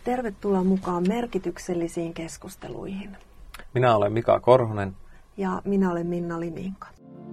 Tervetuloa mukaan merkityksellisiin keskusteluihin. Minä olen Mika Korhonen. Ja minä olen Minna Liminka.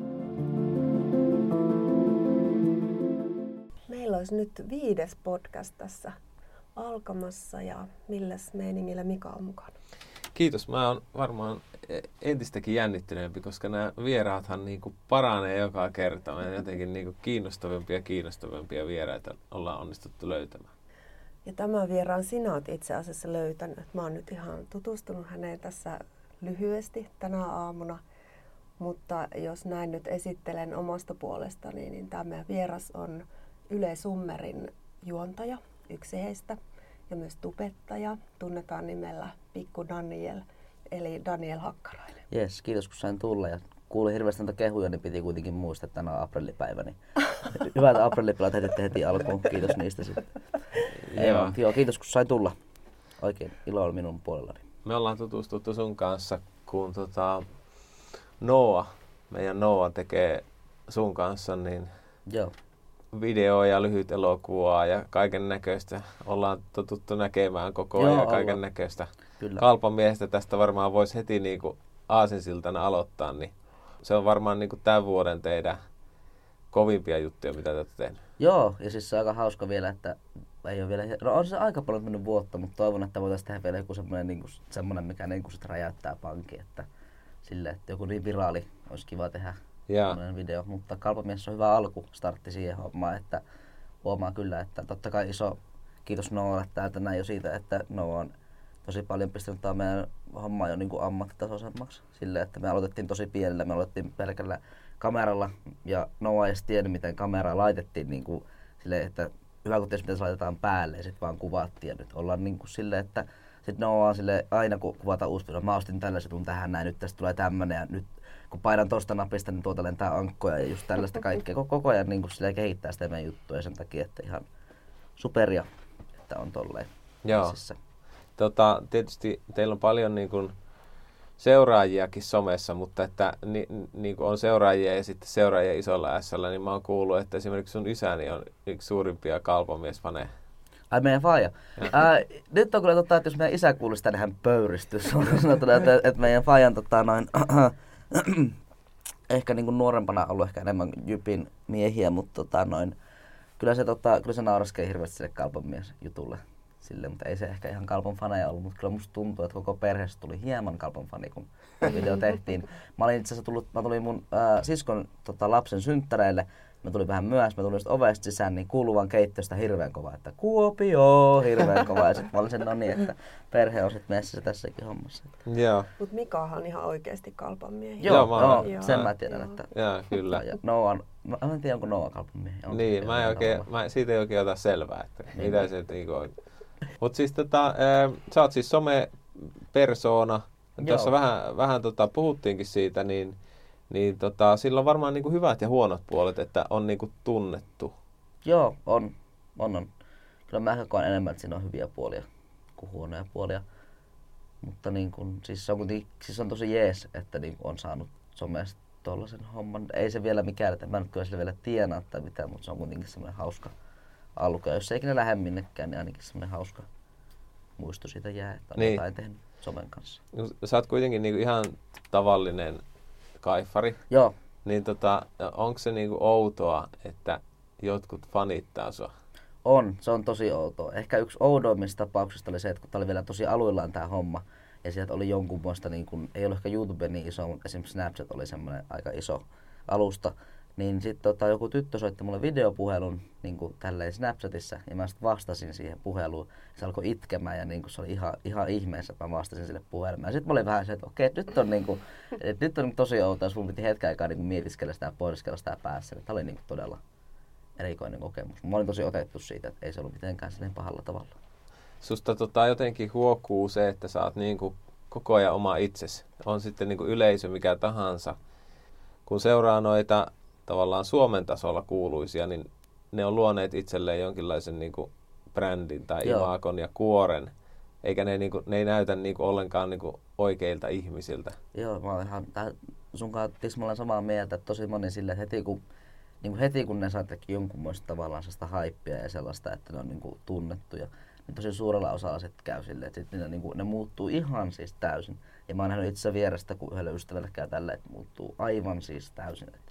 Meillä olisi nyt 5. podcast tässä alkamassa ja milläs meiningillä Mika on mukana? Kiitos. Mä oon varmaan entistäkin jännittyneempi, koska nämä vieraathan niinku paranee joka kerta. Me jotenkin niinku kiinnostavampia vieraita ollaan onnistuttu löytämään. Ja tämän vieraan sinä olet itse asiassa löytänyt. Mä oon nyt ihan tutustunut häneen tässä lyhyesti tänä aamuna. Mutta jos näin nyt esittelen omasta puolestani, niin tämä meidän vieras on Yle Summerin juontaja, yksi heistä, ja myös tubettaja. Tunnetaan nimellä Pikku Daniel, eli Daniel Hakkarainen. Jes, kiitos kun sain tulla. Ja kuulin hirveästi näitä kehuja, niin piti kuitenkin muistaa, että tänään on aprillipäivä. Niin hyvät aprillipäivät heti alkuun. Kiitos niistä sitten. Joo, kiitos kun sain tulla. Oikein ilo oli minun puolellani. Me ollaan tutustuttu sun kanssa, kun meidän Noah tekee sun kanssa niin videoa ja lyhyt elokuvaa ja kaiken näköistä. Ollaan totuttu näkemään koko ajan ja kaiken näköistä. Kalpan miehestä tästä varmaan voisi heti niinku aasinsiltana aloittaa, niin se on varmaan niinku tämän vuoden teidän kovimpia juttuja, mitä te olette tehnyt. Joo, ja siis se on aika hauska vielä, että ei ole vielä, no on se aika paljon mennyt vuotta, mutta toivon, että voitaisiin tehdä vielä joku semmoinen mikä niinku sit räjäyttää pankin, että silleen, että joku niin viraali olisi kiva tehdä semmoinen video, mutta Kalpamies on hyvä alkustartti siihen hommaan, että huomaa kyllä, että totta kai iso kiitos Noalle täältä näin jo siitä, että Noa on tosi paljon pistänyt tämä meidän hommaa jo niin kuin ammattitasoisemmaksi. Silleen, että me aloitettiin tosi pienellä, me aloitettiin pelkällä kameralla ja Noa ei edes tiennyt, miten kameraa laitettiin niin kuin silleen, että hyvä kun tietysti miten se laitetaan päälle ja sitten vaan kuvattiin ja nyt ollaan niin kuin silleen, että sitten Noa on silleen, aina kun kuvataan uusi video, mä ostin tällaisen tuun tähän näin, nyt tästä tulee tämmönen ja nyt kun painan tosta napista, niin tuolta lentää ankkoja ja just tällaista kaikkea. Koko ajan niin kuin silleen kehittää sitä meidän juttua ja sen takia, että ihan superia, että on tolleen. Joo. Tietysti teillä on paljon niin kuin seuraajiakin somessa, mutta että niin kuin on seuraajia ja sitten seuraajia isolla S:llä, niin mä oon kuullut, että esimerkiksi sun isäni on yksi suurimpia Kalpamiesfaneja. Ai meidän faija. Nyt on kyllä että jos meidän isä kuulisi tänne, hän pöyristyisi. Että meidän faijan ehkä niin kuin nuorempana ollut ehkä enemmän Jypin miehiä, mutta kyllä se nauraskeli hirveästi sille Kalpamies jutulle. Sille, mutta ei se ehkä ihan Kalpan faneja ollut, mutta kyllä musta tuntuu, että koko perheessä tuli hieman Kalpan fani, kun video tehtiin. Mä tulin mun siskon lapsen synttäreille, mä tulin vähän myöhässä, mä tulin just ovesta sisään, niin kuuluu vaan keittiöstä hirveän kova, että Kuopio, hirveän kova. Ja sit mä olin sen, no niin, että perhe on sit messissä tässäkin hommassa. Joo. Mut Mikahan on ihan oikeesti Kalpan miehiä. Joo, sen mä tiedän, että joo, kyllä. Ja Noa, mä en tiedä, onko Noa Kalpan miehiä. Niin, mä siitä ei oikein ota selvää, että niin, mitä se niinku on. Mut siis sä oot siis some-persoona. Tuossa vähän puhuttiinkin siitä, niin sillä on varmaan niinku hyvät ja huonot puolet, että on niinku tunnettu. Joo, on. Kyllä mä koen enemmän, että siinä on hyviä puolia kuin huonoja puolia. Mutta niin kun, siis se on tosi jees, että niin on saanut somesta tollasen homman. Ei se vielä mikään, että mä nyt kyllä sille vielä tienaa tai mitään, mutta se on kuitenkin semmoinen hauska alku. Ja jos se ei ikinä lähde minnekään, niin ainakin semmoinen hauska muisto siitä jää, että on jotain tehnyt somen kanssa. Sä oot kuitenkin niinku ihan tavallinen kaifari. Joo. Niin onko se niinku outoa, että jotkut fanittaa sua? Se on tosi outoa. Ehkä yksi oudoimmista tapauksista oli se, että kun tää oli vielä tosi aluillaan tää homma, ja sieltä oli jonkunmoista, niin kun, ei ollut ehkä YouTube niin iso, mutta esimerkiksi Snapchat oli semmoinen aika iso alusta, niin sitten joku tyttö soitti mulle videopuhelun niin kuin tälleen Snapchatissa, ja mä sitten vastasin siihen puheluun. Se alkoi itkemään, ja niin kuin se oli ihan ihmeessä, että mä vastasin sille puhelimeen. Ja sitten mä olin vähän se, että okei, nyt on tosi outoa, jos mun piti hetken aikaa niin mietiskellä sitä ja pohdiskella sitä päässä. Tämä oli niin kuin todella erikoinen kokemus. Mä olin tosi otettu siitä, että ei se ollut mitenkään silleen pahalla tavalla. Susta jotenkin huokuu se, että sä oot niin kuin koko ajan oma itsesi. On sitten niin kuin yleisö mikä tahansa. Kun seuraa noita tavallaan Suomen tasolla kuuluisia, niin ne on luoneet itselleen jonkinlaisen niin kuin brändin tai imagon ja kuoren. Eikä ne ei näytä niin kuin ollenkaan niin kuin oikeilta ihmisiltä. Joo, mä oon ihan sun kanssa tismalleen samaa mieltä, että tosi moni silleen, että heti kun ne saa jonkun muista tavallaan sellaista haippia ja sellaista, että ne on niin kuin tunnettuja, niin tosi suurella osalla sitten käy silleen, että sitten ne muuttuu ihan siis täysin. Ja mä oon nähnyt itse vierestä, kun yhdelle ystävälle käy tällä, että muuttuu aivan siis täysin. Että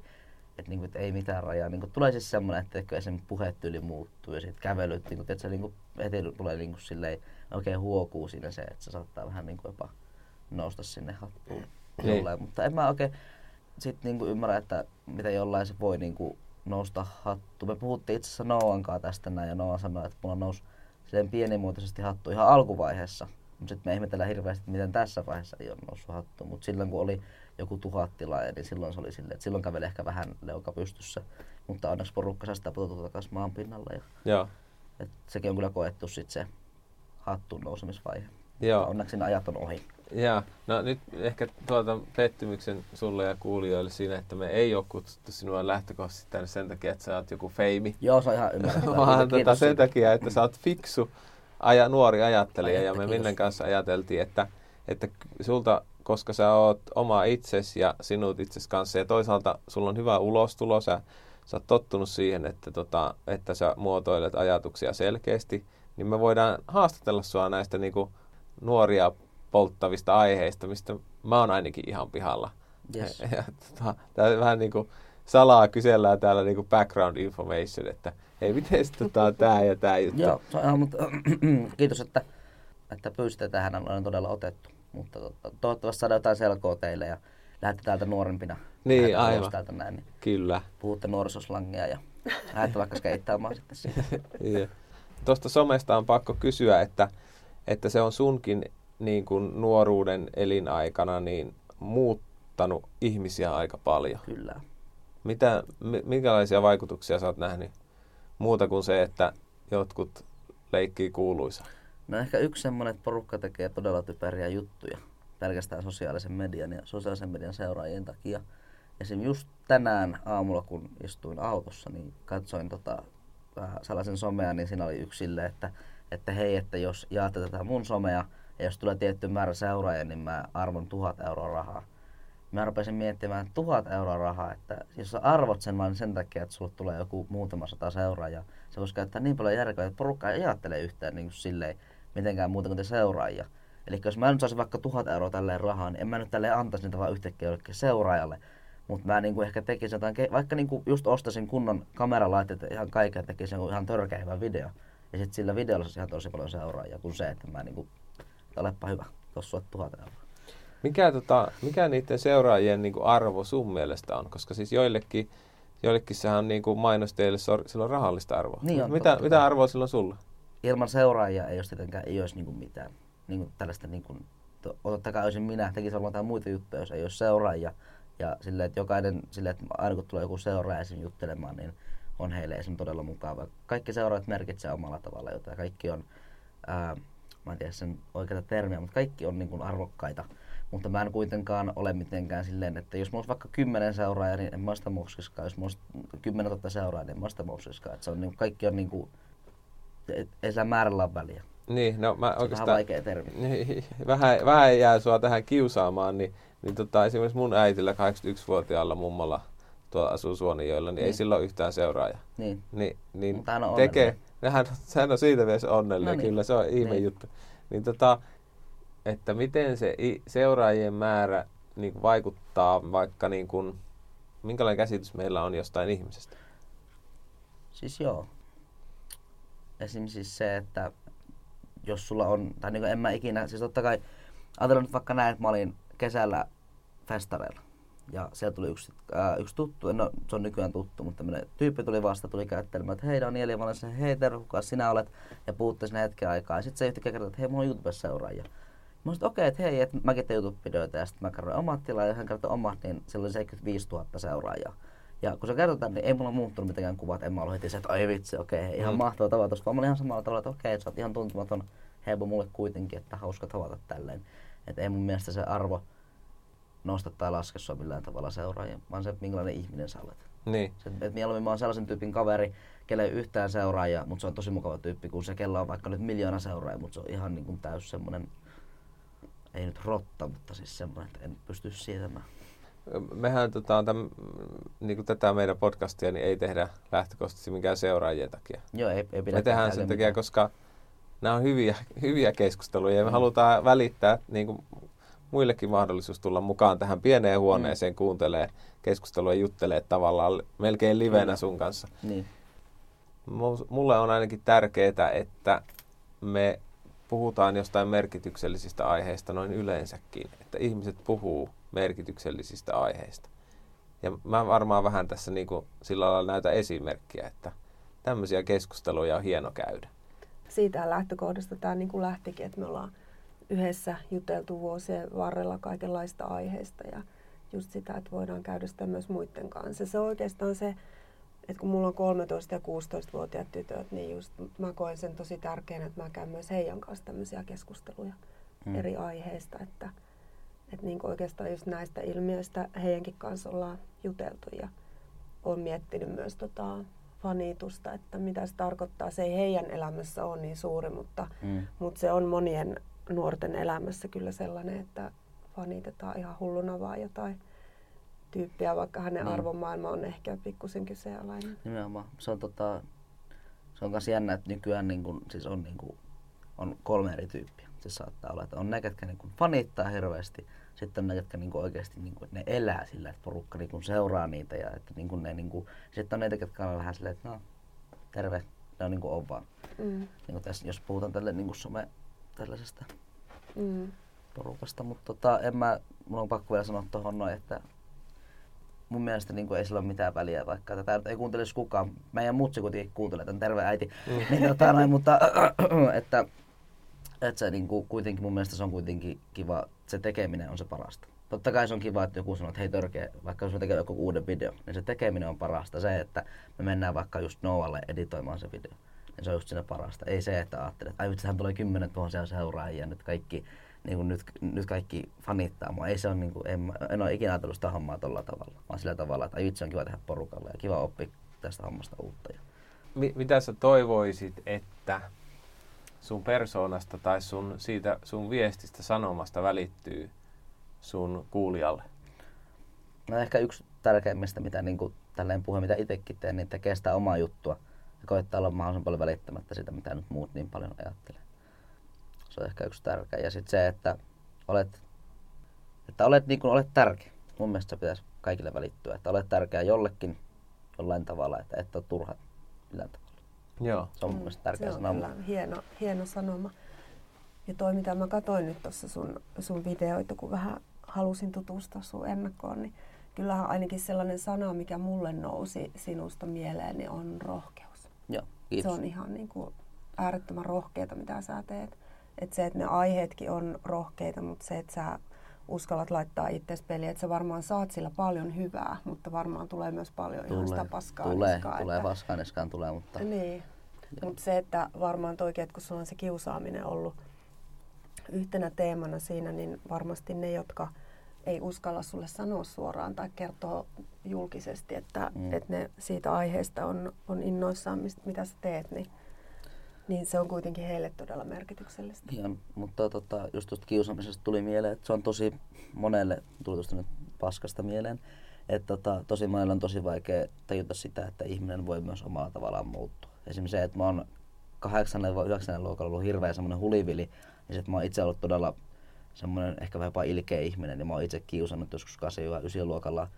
ei mitään rajaa. Tulee siis semmoinen, että esimerkiksi puhetyyli muuttuu ja sitten kävelyt, että se heti tulee silleen, oikein huokuu siinä se, että se saattaa vähän jopa nousta sinne hattuun jollain. Mutta en mä oikein sitten ymmärrä, että mitä jollain se voi nousta hattuun. Me puhuttiin itse asiassa Noan kanssa tästä näin ja Noa sanoi, että mulla nousi silleen pienimuotoisesti hattu ihan alkuvaiheessa. Mutta sitten me ihmetellään hirveästi, että miten tässä vaiheessa ei ole noussut hattuun. Mutta silloin kun oli joku 1000 tilaaja, niin silloin se oli silleen, että silloin käveli ehkä vähän leuka pystyssä. Mutta onneksi porukka saa sitä putotua takaisin maan pinnalla. Joo. Et sekin on kyllä koettu sit se hattuun nousemisvaihe. Joo. Onneksi ne ajat on ohi. Joo. No nyt ehkä pettymyksen sulle ja kuulijoille siinä, että me ei ole kutsuttu sinua lähtökohtaisesti tänne sen takia, että sä oot joku feimi. Joo, se on ihan ymmärrettävää. Vaan sen takia, että sä oot fiksu nuori ajattelija ja me Minnen kanssa ajateltiin, että sulta, koska sä oot oma itsesi ja sinut itsesi kanssa ja toisaalta sulla on hyvä ulostulo, sä oot tottunut siihen, että sä muotoilet ajatuksia selkeästi, niin me voidaan haastatella sua näistä nuoria polttavista aiheista, mistä mä oon ainakin ihan pihalla. Yes. Tää vähän salaa kysellään täällä background information, että hei, miten tää ja tää juttu? Joo, mutta kiitos, että pyysitte tähän, olen todella otettu. Mutta toivottavasti saadaan jotain selkoa teille ja lähdette täältä nuorempina. Niin, aivan. Täältä näin, niin kyllä. Puhutte nuorisoslangia ja lähdette vaikka skeittaamaan sitten siitä. Yeah. Tuosta somesta on pakko kysyä, että se on sunkin nuoruuden elinaikana muuttanut ihmisiä aika paljon. Kyllä. Minkälaisia vaikutuksia sä oot nähnyt muuta kuin se, että jotkut leikkii kuuluisa? No ehkä yksi semmoinen, että porukka tekee todella typeriä juttuja pelkästään sosiaalisen median seuraajien takia. Esimerkiksi just tänään aamulla, kun istuin autossa, niin katsoin sellaisen somea, niin siinä oli yksi silleen, että hei, että jos jaatte tätä mun somea ja jos tulee tietty määrä seuraajia, niin mä arvon 1000 euroa rahaa. Mä rupesin miettimään 1000 euroa rahaa, että jos sä arvot sen vain sen takia, että sulle tulee joku muutama 100 seuraajaa, se voisi käyttää niin paljon järkeä, että porukka ei ajattele yhtään silleen mitenkään muuta kuin te seuraajia. Eli jos mä nyt saisin vaikka 1000 euroa tälleen rahaa, niin en mä nyt tälleen antaisi niitä vaan yhtäkkiä jollekin seuraajalle. Mutta mä ehkä tekisin jotain, vaikka just ostaisin kunnon kameralaitteet ihan kaiken, tekisin ihan törkeä hyvä video. Ja sitten sillä videolla olisi ihan tosi paljon seuraajia kuin se, että mä olepa hyvä, tuossa suot 1000 euroa. Mikä niiden seuraajien arvo sun mielestä on? Koska siis joillekin sehän on mainostajille sillä on rahallista arvoa. Niin on, mitä arvoa sillä on sulla? Ilman seuraajia ei olisi mitään. Tällaista totta kai olisin minä, tekisin varmaan jotain muita juttuja, jos ei olisi seuraajia. Ja silleen, että jokainen, silleen, että aina kun tulee joku seuraaja esiin juttelemaan, niin on heille esiin todella mukava. Kaikki seuraajat merkitsee omalla tavalla jotain. Kaikki on, mä en tiedä sen oikeata termiä, mutta kaikki on arvokkaita. Mutta mä en kuitenkaan ole mitenkään silleen, että jos mulla olisi vaikka 10 seuraajaa, niin en mä sitä mouskiskaan. Jos mulla olisi 10 000 seuraajaa, niin en mä sitä mouskiskaan. Että se on kaikki on ei sillä määrällä ole väliä. Niin, no mä oikeastaan... Vähän vaikea termi. Vähän jää sua tähän kiusaamaan, niin esimerkiksi mun äitillä 81-vuotiaalla mummalla tuolla asuu Suonenjoella, niin ei sillä ole yhtään seuraajaa. Niin mutta hän on hän on siitä myös onnellinen, no niin. Kyllä se on ihme juttu. Niin että miten se seuraajien määrä vaikuttaa vaikka minkälainen käsitys meillä on jostain ihmisestä? Siis joo. Esimerkiksi siis se, että jos sulla on, tai en mä ikinä, siis totta kai, ajatellaan nyt vaikka näin, että mä olin kesällä festareilla. Ja siellä tuli yksi tuttu, no se on nykyään tuttu, mutta tämmönen tyyppi tuli käyttelemään, että hei Daniel, mä olen se, hei Terho, kuka sinä olet, ja puhutte sinne hetken aikaa. Ja sitten se yhtäkkiä kertoi, että hei, mulla on YouTube-seuraajia. Mä sanoin, että okei, että hei, että mäkin teen YouTube-videoita, ja sitten mä kerroin omat tilat, ja hän kertoi omat, niin siellä oli 75 000 seuraajaa. Ja kun se kerrotaan, niin ei mulla muuttunut mitenkään kuvat, en mä ollut heti se, että ai vitsi, okei, ihan mahtava tavata tosta, vaan mä olin ihan samalla tavalla, että okei, että sä oot ihan tuntematon hebo mulle kuitenkin, että hauska tavata tälleen. Että ei mun mielestä se arvo nosta tai laske sua millään tavalla seuraajia, vaan se, minkälainen ihminen sä olet. Niin. Että mieluummin mä oon sellaisen tyypin kaveri, kelle ei yhtään seuraajia, mutta se on tosi mukava tyyppi, kun se, kella on vaikka nyt 1 000 000 seuraajia, mutta se on ihan täys semmonen, ei nyt rotta, mutta siis semmoinen, että en pysty sietämään. Mehän tätä meidän podcastia niin ei tehdä lähtökohtaisesti minkään seuraajien takia. Joo, ei pidä. Me tehdään sen takia, koska nämä on hyviä keskusteluja ja me halutaan välittää niin kuin muillekin mahdollisuus tulla mukaan tähän pieneen huoneeseen kuuntelee keskustelua ja juttelee tavallaan melkein livenä sun kanssa. Niin. Mulle on ainakin tärkeää, että me puhutaan jostain merkityksellisistä aiheista noin yleensäkin, että ihmiset puhuu merkityksellisistä aiheista. Ja mä varmaan vähän tässä niin kuin sillä lailla näytän esimerkkiä, että tämmöisiä keskusteluja on hieno käydä. Siitä lähtökohdasta tämä niin kuin lähtikin, että me ollaan yhdessä juteltu vuosien varrella kaikenlaista aiheista ja just sitä, että voidaan käydä sitä myös muiden kanssa. Se on oikeastaan se, että kun mulla on 13- ja 16-vuotiaat tytöt, niin just mä koen sen tosi tärkeänä, että mä käyn myös heidän kanssa tämmöisiä keskusteluja eri aiheista, että niin kuin oikeastaan just näistä ilmiöistä heidänkin kanssa ollaan juteltu ja olen miettinyt myös fanitusta, että mitä se tarkoittaa. Se ei heidän elämässä ole niin suuri, mutta se on monien nuorten elämässä kyllä sellainen, että fanitetaan ihan hulluna vaan jotain tyyppiä, vaikka hänen arvomaailma on ehkä pikkusen kyseenalainen. Nimenomaan. Se on myös jännä, että nykyään on 3 eri tyyppiä. Se saattaa olla, että on ne, ketkä fanittaa hirveästi, sitten on ne, ketkä oikeasti ne elää sillä, että porukka seuraa niitä ja että sitten on niitä, ketkä on vähän silleen, että no, terve, ne on vaan. Tässä, jos puhutaan tälle some tällaisesta porukasta, mutta mun on pakko vielä sanoa tuohon noin, että mun mielestä ei sillä ole mitään väliä, vaikka tätä ei kuuntelisi kukaan. Meidän mutsi kuitenkin kuuntelee tämän terve äiti. Niin, mutta että se kuitenkin mun mielestä se on kuitenkin kiva, se tekeminen on se parasta. Totta kai se on kiva, että joku sanoo, että hei törkeä, vaikka jos me tekee joku uuden video, niin se tekeminen on parasta. Se, että me mennään vaikka just Noalle editoimaan se video, niin se on just siinä parasta. Ei se, että ajattelet, että ai vitsi, hän tulee 10 000 seuraajia ja nyt kaikki nyt kaikki fanittaa mua. Ei se on en ole ikinä ajatellut sitä hommaa tolla tavalla, vaan sillä tavalla, että vitsi on kiva tehdä porukalla ja kiva oppia tästä hommasta uutta. Mitä sä toivoisit, että sun persoonasta tai sun viestistä sanomasta välittyy sun kuulijalle? No ehkä yksi tärkeimmistä, mitä tälleen puhuen, mitä itsekin teen, niin tekee sitä omaa juttua ja koittaa olla mahdollisimman paljon välittämättä sitä, mitä nyt muut niin paljon ajattelee. Se on ehkä yksi tärkeä. Ja sitten se, että olet olet tärkeä. Mun mielestä se pitäisi kaikille välittyä, että olet tärkeä jollekin jollain tavalla, että et ole turha millään tavalla. Joo. Se on mun mielestä tärkeä sanoma. Se on hieno sanoma. Ja toi, mitä mä katsoin nyt tuossa sun videoita, kun vähän halusin tutustua sun ennakkoon, niin kyllähän ainakin sellainen sana, mikä mulle nousi sinusta mieleen, niin on rohkeus. Joo, kiitos. Se on ihan äärettömän rohkeata, mitä sä teet. Että se, että ne aiheetkin on rohkeita, mutta se, että sä uskallat laittaa itsesi peliin, että sä varmaan saat sillä paljon hyvää, mutta varmaan tulee myös paljon ihan sitä paskaa. Tulee paskaa niskaan, mutta... Niin, mutta se, että varmaan toikin, että kun sulla on se kiusaaminen ollut yhtenä teemana siinä, niin varmasti ne, jotka ei uskalla sulle sanoa suoraan tai kertoa julkisesti, että ne siitä aiheesta on innoissaan, mitä sä teet, niin se on kuitenkin heille todella merkityksellistä. Ihan, mutta just tuosta kiusaamisesta tuli mieleen, että se on tosi monelle, tuli tuosta nyt paskasta mieleen, että tosi monelle on tosi vaikea tajuta sitä, että ihminen voi myös omalla tavallaan muuttua. Esimerkiksi se, että mä oon 8-9 luokalla ollut hirveä semmoinen hulivili, ja se, että mä oon itse ollut todella semmoinen ehkä vähän jopa ilkeä ihminen, niin mä oon itse kiusannut joskus 8-9 luokalla.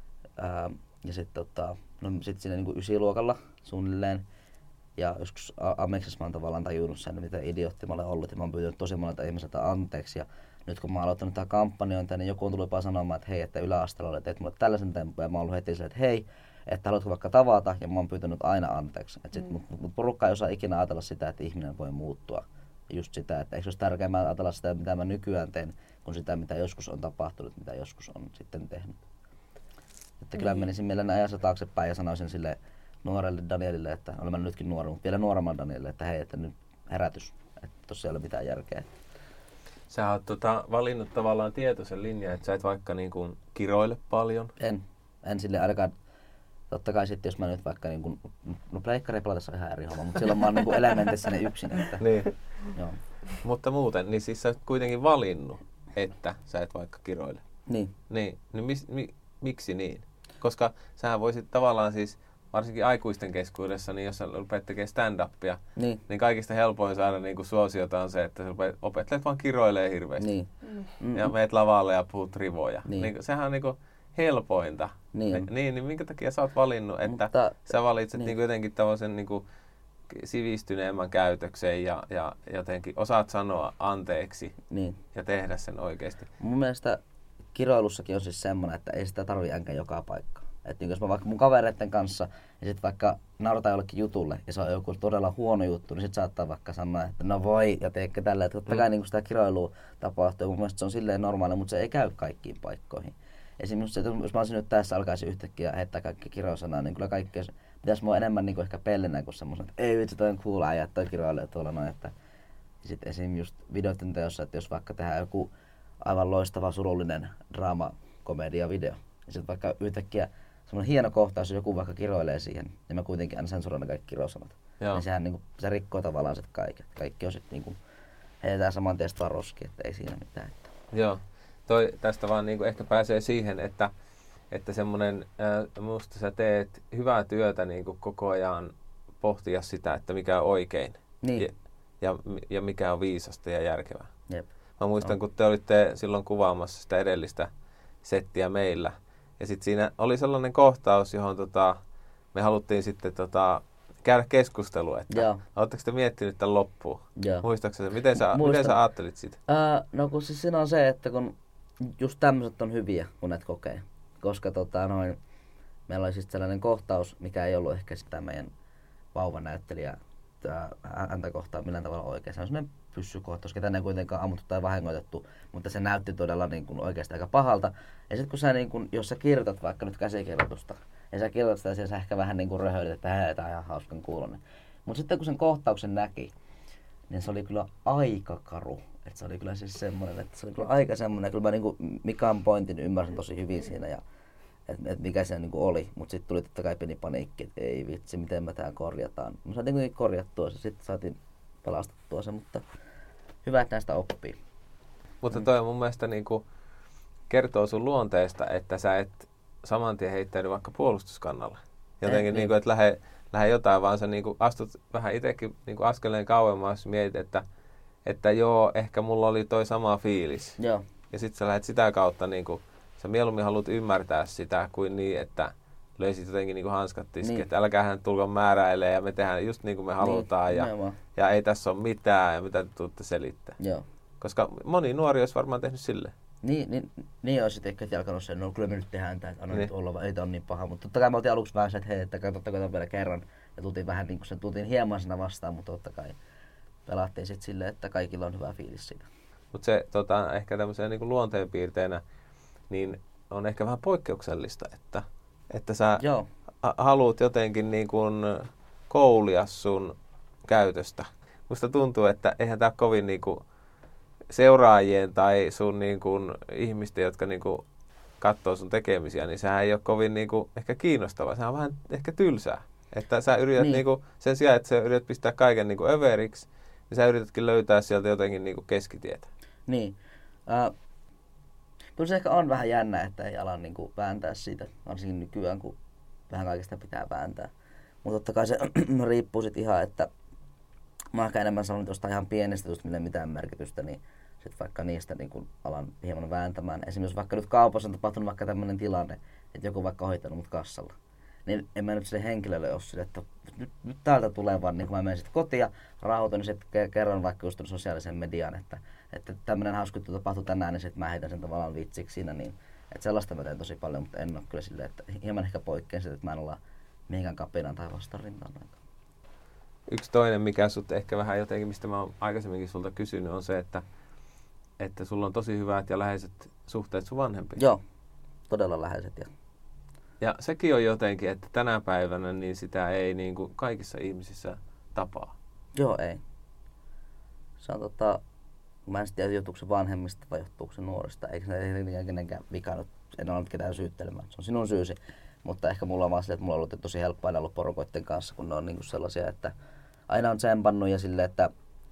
Ja sitten sit siinä 9 luokalla suunnilleen. Ja joskus Ameksessa mä oon tavallaan tajunnut sen, mitä idiootti mä olen ollut, ja mä oon pyytänyt tosi monelta ihmiseltä anteeksi. Ja nyt kun mä oon aloittanut tää kampanjointia, niin joku on tullut jopa sanomaan, että hei, että yläasteella teet mulle tällaisen tempun, ja mä oon ollut heti silleen, että hei, että haluatko vaikka tavata, ja mä oon pyytänyt aina anteeksi. Mut porukka ei osaa ikinä ajatella sitä, että ihminen voi muuttua. Just sitä, että eikö olisi tärkeää ajatella sitä, mitä mä nykyään teen, kuin sitä, mitä joskus on tapahtunut, mitä joskus on sitten tehnyt. Että kyllä menisin mielelläni ajassa taaksepäin ja sanoisin sille nuorelle Danielille, että olen nytkin nuori, mutta vielä nuoremman Danielille, että hei, että nyt herätys, että tossa ei ole mitään järkeä. Sä oot valinnut tavallaan tietoisen linjan, että sä et vaikka kiroile paljon. En sille ainakaan. Totta kai sitten, jos mä nyt vaikka pleikkari pelatessa on ihan eri homma, mutta silloin mä oon elementissä ne yksin. Että, niin. Joo. Mutta muuten, niin siis sä oot kuitenkin valinnut, että sä et vaikka kiroile. Niin. Niin miksi niin? Koska sähän voisit tavallaan siis varsinkin aikuisten keskuudessa, niin jos sä rupeat tekemään stand-upia, Niin. niin kaikista helpoin saada niin kuin suosiota on se, että sä opettelet vaan kiroilee hirveästi. Niin. Ja meet lavalle ja puhut rivoja. Niin. Sehän on niin kuin helpointa. Niin. Niin minkä takia sä oot valinnut, että Mutta, sä valitset niin. niin kuin jotenkin tämmöisen niin kuin sivistyneemmän käytöksen ja jotenkin osaat sanoa anteeksi niin. ja tehdä sen oikeasti. Mun mielestä kiroilussakin on siis semmoinen, että ei sitä tarvitse änkä joka paikkaan. Että niin jos mä vaikka mun kavereiden kanssa ja sit vaikka naurataan jollekin jutulle ja se on joku todella huono juttu, niin sit saattaa vaikka sanoa, että no voi ja teekö tällä. Että totta kai niin sitä kiroilua tapahtuu. Mun mielestä se on silleen normaali, mutta se ei käy kaikkiin paikkoihin. Esimerkiksi jos mä olisin nyt tässä alkaisin yhtäkkiä heittää kaikki kirosanaa, niin kyllä kaikkea pitäisi mua enemmän niin ehkä pellenä kuin semmoisen, että ei vitsi toi on cool äijä, toi kiroilee tuolla noin. Että sitten esimerkiksi just videoiden teossa, että jos vaikka tehdään joku aivan loistava surullinen draamakomedia-video, ja sitten vaikka yhtäkkiä semmoinen hieno kohtaus, jos joku vaikka kiroilee siihen, niin mä kuitenkin aina sensuroin ne kaikki kirosanat. Niin sehän niinku, se rikkoo tavallaan sit kaiken. Kaikki on sitten niinku, heitetään saman tien vaan roskiin, että ei siinä mitään. Että. Joo. Tästä vaan niinku ehkä pääsee siihen, että semmoinen, musta sä teet hyvää työtä niinku koko ajan pohtia sitä, että mikä on oikein. Niin. Ja mikä on viisasta ja järkevää. Jep. Mä muistan, kun te olitte silloin kuvaamassa sitä edellistä settiä meillä. Ja sitten siinä oli sellainen kohtaus, johon me haluttiin sitten käydä keskustelua. Että oletteko te miettinyt tämän loppuun? Muistatko se? Miten sä ajattelit siitä? No kun siis siinä on se, että kun just tämmöiset on hyviä, kun näet kokee. Koska meillä oli siis sellainen kohtaus, mikä ei ollut ehkä sitä meidän vauvanäyttelijä häntä kohtaa millään tavalla oikein. Se on sellainen pyssykohtaus, ketä ei kuitenkaan ammuttu tai vahingoitettu, mutta se näytti todella niin kuin oikeasti aika pahalta. Ja sitten kun sä, niin kuin, jos sä kirjoitat vaikka nyt käsikirjoitusta, ja sä kirjoitat sitä, ja sä ehkä vähän niin kuin röhöilet, että hei, tää on ihan hauskan kuulonen. Mutta sitten kun sen kohtauksen näki, niin se oli kyllä aika karu. Et se oli kyllä siis semmoinen, että se oli kyllä aika semmoinen, kyllä mä niin kuin Mikan pointin ymmärsin tosi hyvin siinä, ja että mikä siinä niin kuin oli. Mutta sitten tuli totta kai pieni paniikki, että ei vitsi, miten me tää korjataan. Me saatiin kuitenkin korjattua se, sitten saatiin pelastettua se, mutta hyvä, että näistä oppii. Mutta toi mun mielestä niinku kertoo sun luonteesta, että sä et saman tien heittäydy vaikka puolustuskannalle. Jotenkin niinku, että lähde jotain, vaan sä niinku astut vähän itsekin niinku askeleen kauemmas, mietit, että joo, ehkä mulla oli toi sama fiilis. Joo. Ja sit sä lähdet sitä kautta, niinku, sä mieluummin haluat ymmärtää sitä kuin niin, että löysit jotenkin niinku hanskat tiskiin, niin. Että älkäähän tulko määräilee ja me tehdään just niin kuin me halutaan ja ei tässä ole mitään ja mitä te tuutte selittää. Joo. Koska moni nuori olisi varmaan tehnyt silleen. Niin olisi ehkä alkanut sen, no kyllä me nyt tehdään tämä, että anna nyt olla, ei tämä ole niin paha. Mutta totta kai me oltiin aluksi vähän se, että hei, että katsottako vielä kerran. Ja tultiin vähän niin kuin sen, tultiin hieman siinä vastaan, mutta totta kai pelattiin sitten silleen, että kaikilla on hyvä fiilis siitä. Mutta se ehkä tämmöisenä niin kuin luonteenpiirteenä, niin on ehkä vähän poikkeuksellista, että sä haluat jotenkin niin kuin koulia sun käytöstä. Musta tuntuu, että eihän tää kovin niin kuin seuraajien tai sun niin kuin ihmisten, jotka niin kuin katsoo sun tekemisiä, niin sehän ei ole kovin niin kuin ehkä kiinnostavaa. Sehän on vähän ehkä tylsää. Että sä yrität niin kuin, sen sijaan, että sä yrität pistää kaiken niin kuin överiksi, niin sä yritätkin löytää sieltä jotenkin niin kuin keskitietä. Niin. Kyllä se ehkä on vähän jännä, että ei ala niin kuin vääntää siitä, varsinkin nykyään, kun vähän kaikesta pitää vääntää. Mutta totta kai se riippuu sitten ihan, että mä oon ehkä enemmän sanonut jostain ihan pienestä just millä mitään merkitystä, niin sitten vaikka niistä niin kun alan hieman vääntämään. Esimerkiksi jos vaikka nyt kaupassa on tapahtunut vaikka tämmöinen tilanne, että joku vaikka on hoitanut mut kassalla, niin en mä nyt sille henkilölle ole sille, että nyt täältä tulee vaan, niin kun mä menen sitten kotiin ja rauhoitun, niin sitten kerron vaikka just sosiaalisen median, että tämmöinen hauska juttu tapahtui tänään, niin sitten mä heitän sen tavallaan vitsiksi siinä, niin että sellaista mä teen tosi paljon, mutta en ole kyllä silleen, että hieman ehkä poikkean siitä, että mä en olla mihinkään kapinaan tai vastarintaan aika. Yksi toinen, mikä sut ehkä vähän jotenkin, mistä mä oon aikaisemminkin sulta kysynyt, on se, että sulla on tosi hyvät ja läheiset suhteet sun vanhempiin. Joo, todella läheiset. Ja sekin on jotenkin, että tänä päivänä niin sitä ei niin kuin kaikissa ihmisissä tapaa. Joo, ei. Se on mä en tiedä, johtuuko se vanhemmista vai johtuuko se nuorista. Eikä se kenenkään vika, en ole nyt ketään syyttelemään. Se on sinun syysi. Mutta ehkä mulla on vaan silleen, että mulla on ollut tosi helppo aina ollut porukoiden kanssa, kun ne on niinku sellaisia, että aina on tsempannut ja silleen, että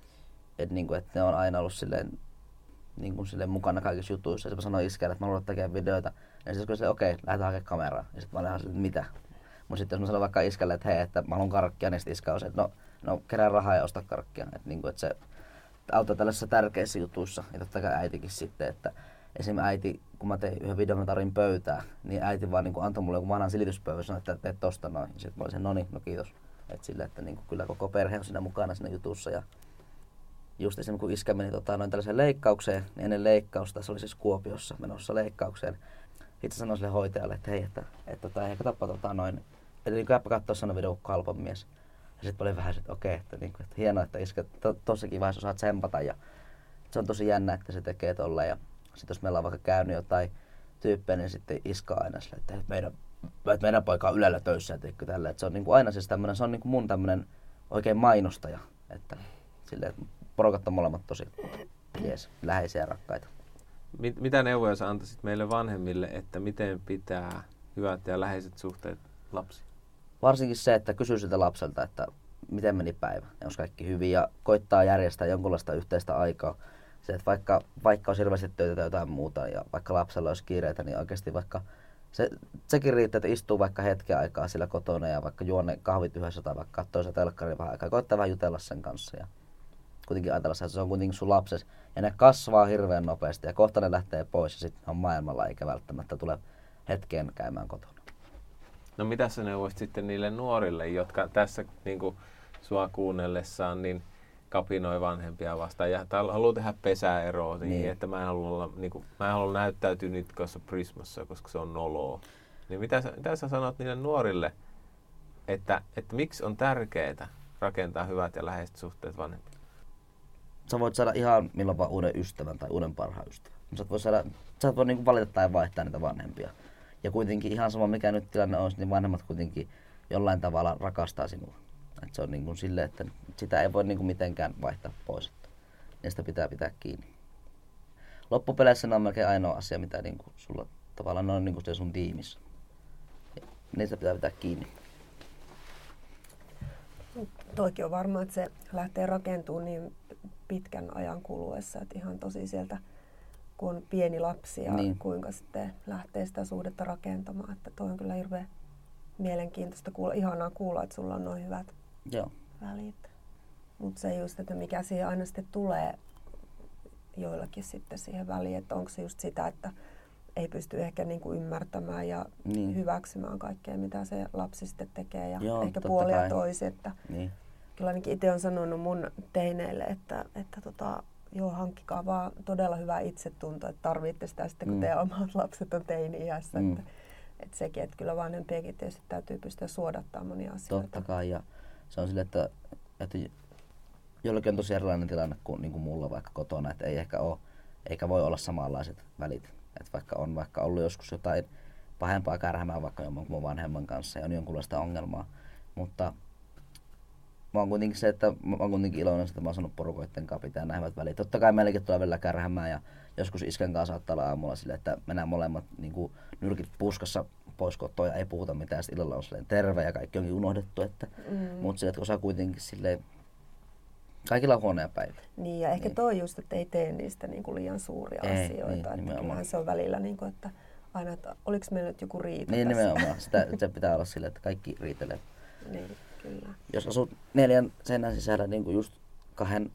ne on aina ollut silleen mukana kaikissa jutuissa. Ja sitten mä sanoin iskelle, että mä haluan tekemään videoita. Ja sitten kun okei, lähdetään hakemaan kameraa. Ja sitten mä lähdin silleen, mitä? Mutta sitten jos mä sanon vaikka iskälle, että hei, että mä haluan karkkia, niin sitten iskä on se, että no kerää rahaa ja osta karkkia. Että niinku, et se auttaa tällaisissa tärkeissä jutuissa. Ja totta kai äitikin sitten, että esim. Äiti, kun mä tein yhden videon, mä tarvin pöytää, niin äiti vaan niin antoi mulle joku vanhan silityspöydän ja sanoi, että teet tosta noin. Ja sitten mä olisin, no niin, no kiitos. Että sille, että niin kyllä koko perhe on siinä mukana siinä jutussa. Ja just esimerkiksi kun iskä meni noin tällaiseen leikkaukseen, niin ennen leikkausta, se oli siis Kuopiossa menossa leikkaukseen. Itse sanoin sille hoitajalle, että hei, että hei, katsoppa noin. Eli niin käppä katsoa sanoa video kalpan mies. Ja sitten oli vähän, että okei, että hienoa, että iskä tossakin vaiheessa osaa tsempata. Ja se on tosi jännä, että se tekee tolleen. Ja sitten jos meillä on vaikka käynyt jotain tyyppejä, niin sitten iska aina sille, että meidän poika on Ylellä töissä ja teikö tällä. Että se on niin kuin aina siis tämmönen, se on niin kuin mun tämmönen oikein mainostaja. Että silleen, että porukat on molemmat tosi jees, läheisiä ja rakkaita. Mitä neuvoja sä antaisit meille vanhemmille, että miten pitää hyvät ja läheiset suhteet lapsiin? Varsinkin se, että kysyy siltä lapselta, että miten meni päivä, ja onko kaikki hyvin, ja koittaa järjestää jonkunlaista yhteistä aikaa. Se, että vaikka olisi hirveästi töitä tai jotain muuta, ja vaikka lapsella olisi kiireitä, niin oikeasti vaikka sekin riittää, että istuu vaikka hetken aikaa sillä kotona, ja vaikka juo ne kahvit yhdessä, tai vaikka katsoo se telkkari vähän aikaa, koittaa vähän jutella sen kanssa. Ja kuitenkin ajatella että se on kuitenkin sun lapses, ja ne kasvaa hirveän nopeasti, ja kohta ne lähtee pois, ja sitten on maailmalla, eikä välttämättä tule hetkeen käymään kotona. No mitä sä neuvoisit sitten niille nuorille, jotka tässä niin kuin sua kuunnellessaan niin kapinoi vanhempia vastaan ja haluaa tehdä pesäeroa niin, että mä en halua näyttäytyä Nitkossa Prismassa, koska se on noloa. Niin mitä sä sanot niille nuorille, että miksi on tärkeää rakentaa hyvät ja läheiset suhteet vanhempiin? Sä voit saada ihan milloin vaan uuden ystävän tai uuden parhaan ystävän. Sä voit niin valita tai vaihtaa niitä vanhempia. Ja kuitenkin ihan sama mikä nyt tilanne on, niin vanhemmat kuitenkin jollain tavalla rakastaa sinua. Et se on niin kuin silleen, että sitä ei voi niin kuin mitenkään vaihtaa pois. Niistä pitää pitää kiinni. Loppupeleissä ne on melkein ainoa asia, mitä niin kuin sulla tavallaan on niin kuin sun tiimissä. Ja niistä pitää pitää kiinni. Toikin on varma, että se lähtee rakentumaan niin pitkän ajan kuluessa, että ihan tosi sieltä kun on pieni lapsi ja kuinka sitten lähtee sitä suhdetta rakentamaan. Että toi on kyllä hirveän mielenkiintoista kuulla, ihanaa kuulla, että sulla on noin hyvät välit. Mutta se just, että mikä siihen aina sitten tulee joillakin sitten siihen väliin, että onko se just sitä, että ei pysty ehkä niinku ymmärtämään ja hyväksymään kaikkea, mitä se lapsi sitten tekee ja ehkä puolia ja toisi. Että kyllä ainakin itse olen sanonut mun teineille, että hankkikaa vaan todella hyvä itsetunto, että tarvitte sitä sitten, kun teidän omat lapset on teini-iässä. Että sekin, että kyllä vanhempiakin tietysti täytyy pystyä suodattamaan monia asioita. Totta kai, ja se on silleen, että jollakin on tosi erilainen tilanne kuin, niin kuin mulla vaikka kotona, että ei ehkä ole, eikä voi olla samanlaiset välit. Että vaikka ollut joskus jotain pahempaa kärhämää vaikka jonkun vanhemman kanssa ja on jonkunlaista ongelmaa, mutta mä oon kuitenkin iloinen, että mä oon saanut porukoitten kanssa pitää näin hyvät välit. Totta kai meilläkin tulee välillä kärhämää ja joskus iskän kanssa saattaa olla aamulla silleen, että mennään molemmat niin kuin nyrkit puskassa pois kotoa ja ei puhuta mitään. Sitten illalla on silleen terve ja kaikki onkin unohdettu. Mutta se, että osaa kuitenkin silleen, kaikilla on huonoja päiviä. Niin ja ehkä toi just, että ei tee niistä niin kuin liian suuria asioita. Että kyllähän se on välillä, niin kuin, että aina, että oliko meillä nyt joku riita niin, tässä? Nimenomaan. Se pitää olla silleen, että kaikki riitelee. Niin. Kyllä. Jos asut 4 seinän sisällä niin kuin just 2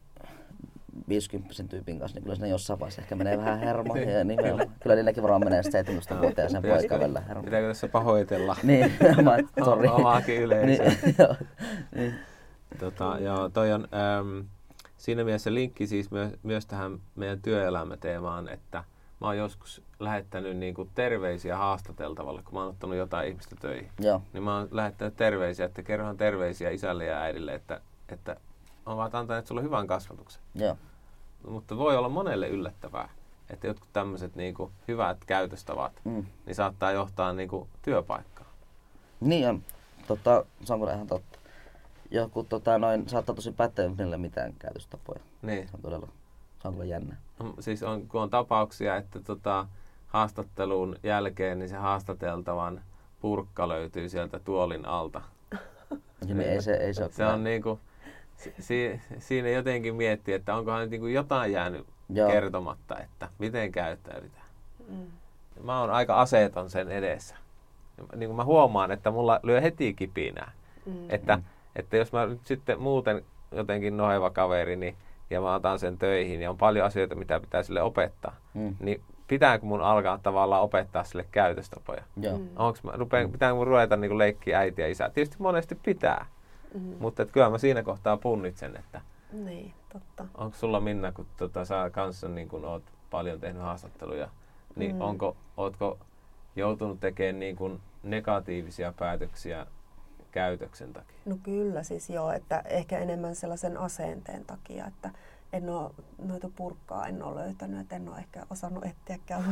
50 tyypin kanssa, niin kyllä siinä jossain vaiheessa ehkä menee vähän hermo. Kyllä niilläkin varmaan menee 17-vuotiaisen poikaan välillä hermo. Pitääkö tässä pahoitella? Niin, sori. Omaakin yleisöä. Niin. Toi on siinä mielessä linkki siis myös tähän meidän työelämäteemaan, että mä oon joskus lähettänyt niinku terveisiä haastateltavalle, kun mä oon ottanut jotain ihmistä töihin. Joo. Niin mä oon lähettänyt terveisiä, että kerrohan terveisiä isälle ja äidille, että on vaan antaneet sulle hyvän kasvatuksen. Joo. Mutta voi olla monelle yllättävää, että jotkut tämmöiset niinku hyvät käytöstavat niin saattaa johtaa niinku työpaikkaan. Niin on. Se on kyllä ihan totta. Joku saattaa tosi päteville mitään käytöstapoja. Niin. Se on kyllä jännä. No, siis kun on tapauksia, että haastattelun jälkeen niin se haastateltavan purkka löytyy sieltä tuolin alta. Niin ei se se on niinku, siinä jotenkin miettii, että onkohan niinku jotain jäänyt kertomatta, että miten käyttäydytään. Mä oon aika aseeton sen edessä. niin kuin mä huomaan, että mulla lyö heti kipinää. Että jos mä nyt sitten muuten jotenkin noheva kaveri, niin, ja mä otan sen töihin, ja on paljon asioita, mitä pitää sille opettaa, niin pitääkö mun alkaa tavallaan opettaa sille käytöstapoja? Pitääkö mun ruveta niin kuin leikkiä äitiä ja isää? Tietysti monesti pitää, mutta kyllä mä siinä kohtaa punnitsen, että niin, totta. Onko sulla, Minna, kun sä kanssa niin kun oot paljon tehnyt haastatteluja, niin ootko joutunut tekemään niin kun negatiivisia päätöksiä käytöksen takia? No kyllä siis joo, että ehkä enemmän sellaisen asenteen takia, että en ole noita purkkaa en ole löytänyt, että en ole ehkä osannut etsiäkään,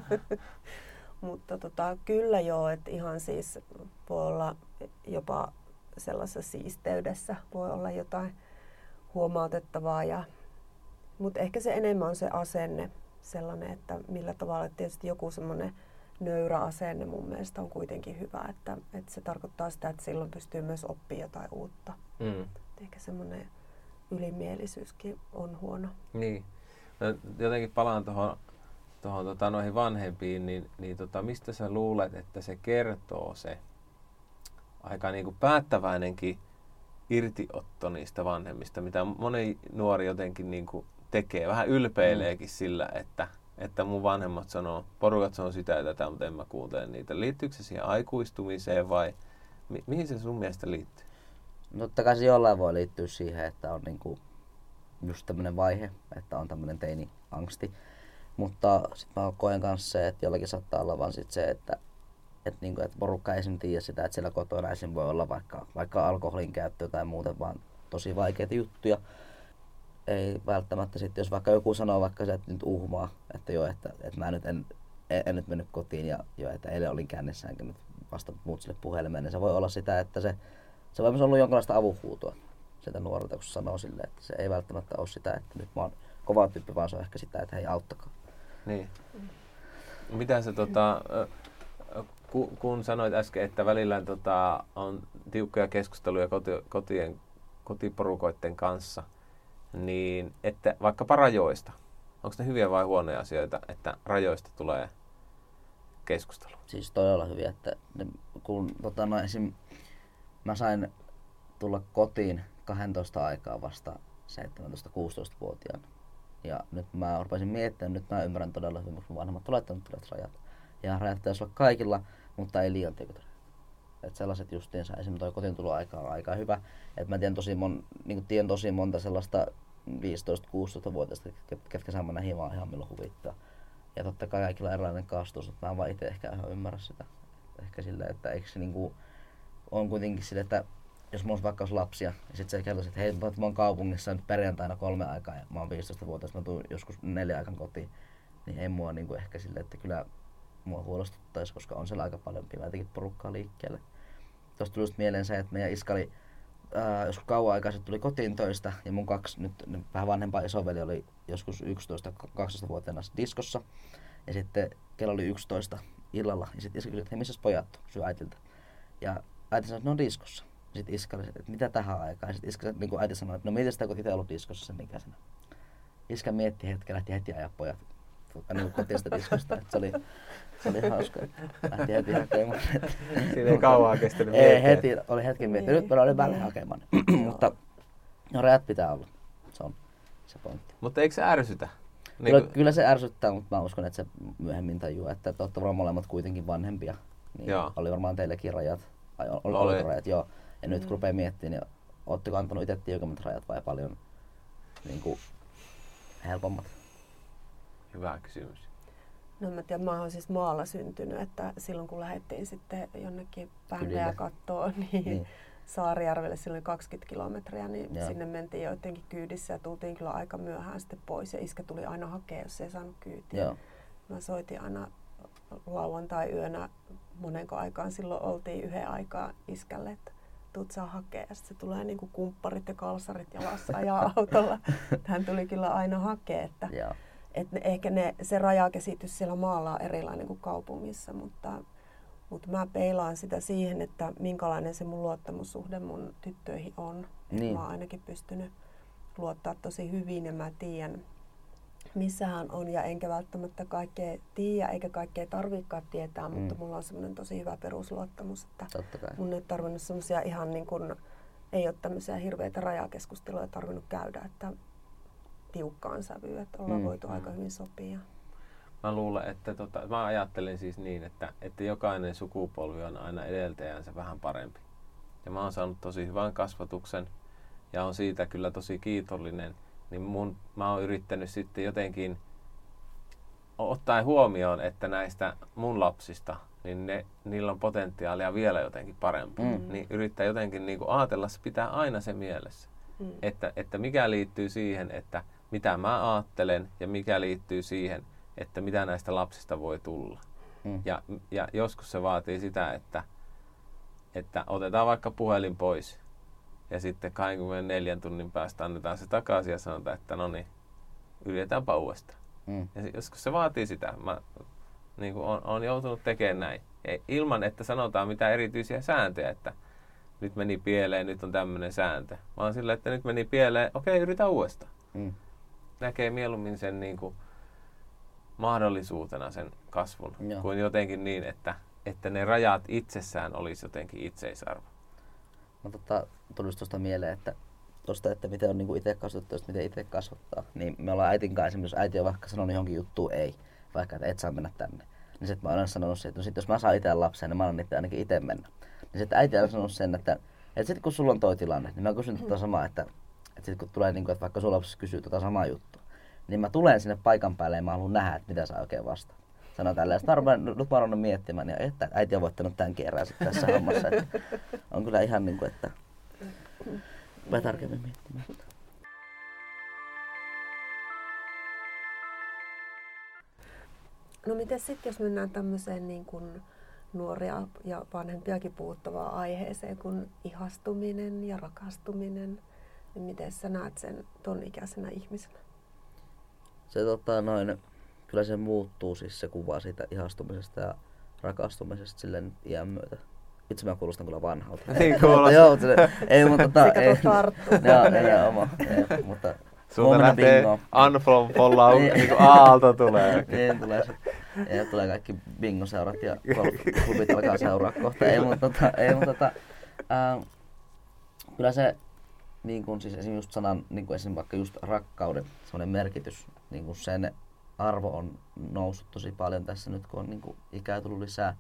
mutta kyllä joo, että ihan siis voi olla jopa sellaisessa siisteydessä voi olla jotain huomautettavaa, mutta ehkä se enemmän on se asenne sellainen, että millä tavalla tietysti joku semmoinen nöyrä asenne mun mielestä on kuitenkin hyvä, että se tarkoittaa sitä, että silloin pystyy myös oppimaan jotain uutta. Ehkä semmoinen ylimielisyyskin on huono. Niin. No, jotenkin palaan noihin vanhempiin, niin mistä sä luulet, että se kertoo se aika niin kuin päättäväinenkin irtiotto niistä vanhemmista, mitä moni nuori jotenkin niin kuin tekee, vähän ylpeileekin sillä, että mun vanhemmat porukat sanoo sitä ja tätä, mutta en mä kuuntele niitä. Liittyykö se siihen aikuistumiseen vai mihin se sun mielestä liittyy? No totta kai se jollain voi liittyä siihen, että on niinku just tämmönen vaihe, että on tämmönen teini-angsti. Mutta sitten mä koen kanssa se, että jollakin saattaa olla vaan sit se, että porukka ei esim. Tiedä sitä, että siellä kotona esim. Voi olla vaikka alkoholin käyttöä tai muuten vaan tosi vaikeita juttuja. Ei välttämättä sitten, jos vaikka joku sanoo vaikka se, että nyt uhmaa, että joo, että mä nyt en nyt mennyt kotiin ja joo, että eilen olin kännissä enkä nyt vasta muut sille puhelimeen, niin se voi olla sitä, että se voi myös olla jonkinlaista avunhuutoa sieltä nuorelta, kun se sanoo silleen, että se ei välttämättä ole sitä, että nyt mä oon kova tyyppi, vaan se on ehkä sitä, että hei auttakaa. Niin. Mitä se kun sanoit äsken, että välillä on tiukkoja keskusteluja kotiporukoiden kanssa, niin että vaikkapa rajoista, onko ne hyviä vai huonoja asioita, että rajoista tulee keskustelu? Siis todella hyviä, että kun esim. Mä sain tulla kotiin 12 aikaa vasta 17-16-vuotiaana. Ja nyt mä rupesin miettimään, nyt mä ymmärrän todella hyvin, kun vanhemmat on laittanut rajat. Ja rajat pitäisi olla kaikilla, mutta ei liian tiukat rajat. Että sellaiset justiinsa, esimerkiksi toi kotiin tuloaika on aika hyvä. Että mä tiedän tosi monta sellaista 15-16-vuotiaista, ketkä saa mennä himaan ihan milloin huvittaa. Ja totta kai kaikilla on erilainen kastus, mutta mä en vaan itse ehkä ihan ymmärrä sitä. Ehkä silleen, että eikö se on kuitenkin sille, että jos mulla olisi vaikka lapsia, ja sitten se kertoisi, että hei, mä oon kaupungissa nyt perjantaina 3 aikaa ja mä oon 15-vuotias, mä tuun joskus 4 aikaan kotiin, niin ei mua ehkä silleen, että kyllä mua huolestuttaisi, koska on siellä aika paljon pimeätäkin porukkaa liikkeelle. Tuosta tuli just mieleen se, että meidän iska oli joskus kauan aikaa sitten tuli kotiin töistä ja mun 2 nyt vähän vanhempaa isoveli oli joskus 11-12-vuotiaana diskossa. Ja sitten kello oli 11 illalla ja sitten iska kysyi, että hei, missäs pojat on? Kysyi äitiltä. Ja äiti sanoi, että ne on diskossa. Ja sitten iska oli, että mitä tähän aikaan? Ja sitten iska, niin kuin äiti sanoi, että no mietin sitä, kun itse ollut diskossa sen ikäisenä. Iska mietti hetken, lähti heti ajaa pojat niin kotiin sitä diskosta. Se oli hauska. Lähti heti hakemaan. Siinä ei kauan kestänyt miettiä. Oli hetken miettiä. Nyt mä olin väliin hakemaan. Mutta rajat pitää olla. Se on se pointti. Mutta eikö se ärsytä? Kyllä se ärsyttää, mutta mä uskon, että se myöhemmin tajuaa, että te olette varmaan molemmat kuitenkin vanhempia. Niin oli varmaan teillekin rajat. Oli rajat, joo. Ja nyt kun rupeaa miettimään, niin ootteko antanut itse tiukemmat rajat vai paljon helpommat? Hyvä kysymys. No mä tiedän, mä oon siis maalla syntynyt, että silloin kun lähdettiin sitten jonnekin bändejä kattoon, niin Saarijärvelle silloin 20 kilometriä, niin sinne mentiin joidenkin kyydissä ja tultiin kyllä aika myöhään sitten pois ja iskä tuli aina hakea, jos ei saanut kyytiä. Joo. Mä soitin aina lauantai-yönä, monenko aikaan silloin oltiin 1 aikaa iskälle, että tuut saa hakea ja sitten se tulee niinku kumpparit ja kalsarit jalassa ajaa autolla. Hän tuli kyllä aina hakea, että ehkä se rajakäsitys siellä maalla on erilainen kuin kaupungissa, mutta mä peilaan sitä siihen, että minkälainen se mun luottamussuhde mun tyttöihin on. Niin. Mä oon ainakin pystynyt luottaa tosi hyvin ja mä tiedän, missä hän on, ja enkä välttämättä kaikkea tiedä, eikä kaikkea tarvitsekaan tietää, mutta mulla on semmoinen tosi hyvä perusluottamus, että mun ei tarvinnut semmoisia ihan niin kuin, ei ole tämmöisiä hirveitä rajakeskusteluja tarvinnut käydä, että tiukkaan sävyyn, että ollaan voitu aika hyvin sopia. Mä luulen, että mä ajattelen siis niin, että jokainen sukupolvi on aina edeltäjänsä vähän parempi. Ja mä oon saanut tosi hyvän kasvatuksen ja on siitä kyllä tosi kiitollinen. Niin mä oon yrittänyt sitten jotenkin ottaen huomioon, että näistä mun lapsista, niin niillä on potentiaalia vielä jotenkin parempi. Niin yrittää jotenkin niin kuin ajatella, se pitää aina se mielessä. Että mikä liittyy siihen, että mitä mä ajattelen ja mikä liittyy siihen, että mitä näistä lapsista voi tulla. Ja joskus se vaatii sitä, että otetaan vaikka puhelin pois ja sitten 24 tunnin päästä annetaan se takaisin ja sanotaan, että no niin, yritetäänpä uudestaan. Ja joskus se vaatii sitä. Mä niin kuin on joutunut tekemään näin. Ilman, että sanotaan mitään erityisiä sääntöjä, että nyt meni pieleen, nyt on tämmöinen sääntö. Vaan sillä, että nyt meni pieleen, okei, yritä uudestaan. Näkee mieluummin sen niin kuin mahdollisuutena sen kasvun, kuin jotenkin niin, että ne rajat itsessään olisi jotenkin itseisarvo. No tuli tuosta mieleen, että miten on niinku itse kasvattu ja miten itse kasvattaa. Niin me ollaan äitin kanssa esimerkiksi, jos äiti on vaikka sanonut johonkin juttuun ei, vaikka että et saa mennä tänne. Niin sitten mä oon aina sanonut että no sit, jos mä saan itse lapsen, niin mä annan itse ainakin itse mennä. Niin sitten äiti on sanonut sen, että sitten kun sulla on toi tilanne, niin mä kysyn tota samaa, että sitten kun tulee niinku, että vaikka sulla lapsi kysyy tota samaa juttua, niin mä tulen sinne paikan päälle ja mä haluan nähdä, että mitä sä oikein vastaa. Sanon tälleen, että nyt mä oon miettimään, ja että äiti on voittanut tämän kerran tässä hommassa. Että on kyllä ihan niin kuin, että mä tarkemmin miettimään. No miten sitten, jos mennään tämmöiseen niin kuin nuoria ja vanhempiakin puhuttavaan aiheeseen kuin ihastuminen ja rakastuminen, niin miten sä näet sen ton ikäisenä ihmisenä? Se kyllä se muuttuu siis se kuva siitä ihastumisesta ja rakastumisesta silleen iän myötä. Itse mä kuulostan kyllä vanhalta. Niin kuulostaa. Joo, ei, mutta ei. Tarttuu. Joo, mutta sulta lähtee unfollow, niin kuin aalto tulee. Niin tulee se. Ja tulee kaikki bingoseurat ja klubit alkaa seuraa kohta. Kyllä se niin kuin siis esimerkiksi just sanan niin kuin esimerkiksi vaikka just rakkauden semmoinen merkitys, niin kuin sen arvo on noussut tosi paljon tässä nyt, kun on niin kuin ikää tullut lisää.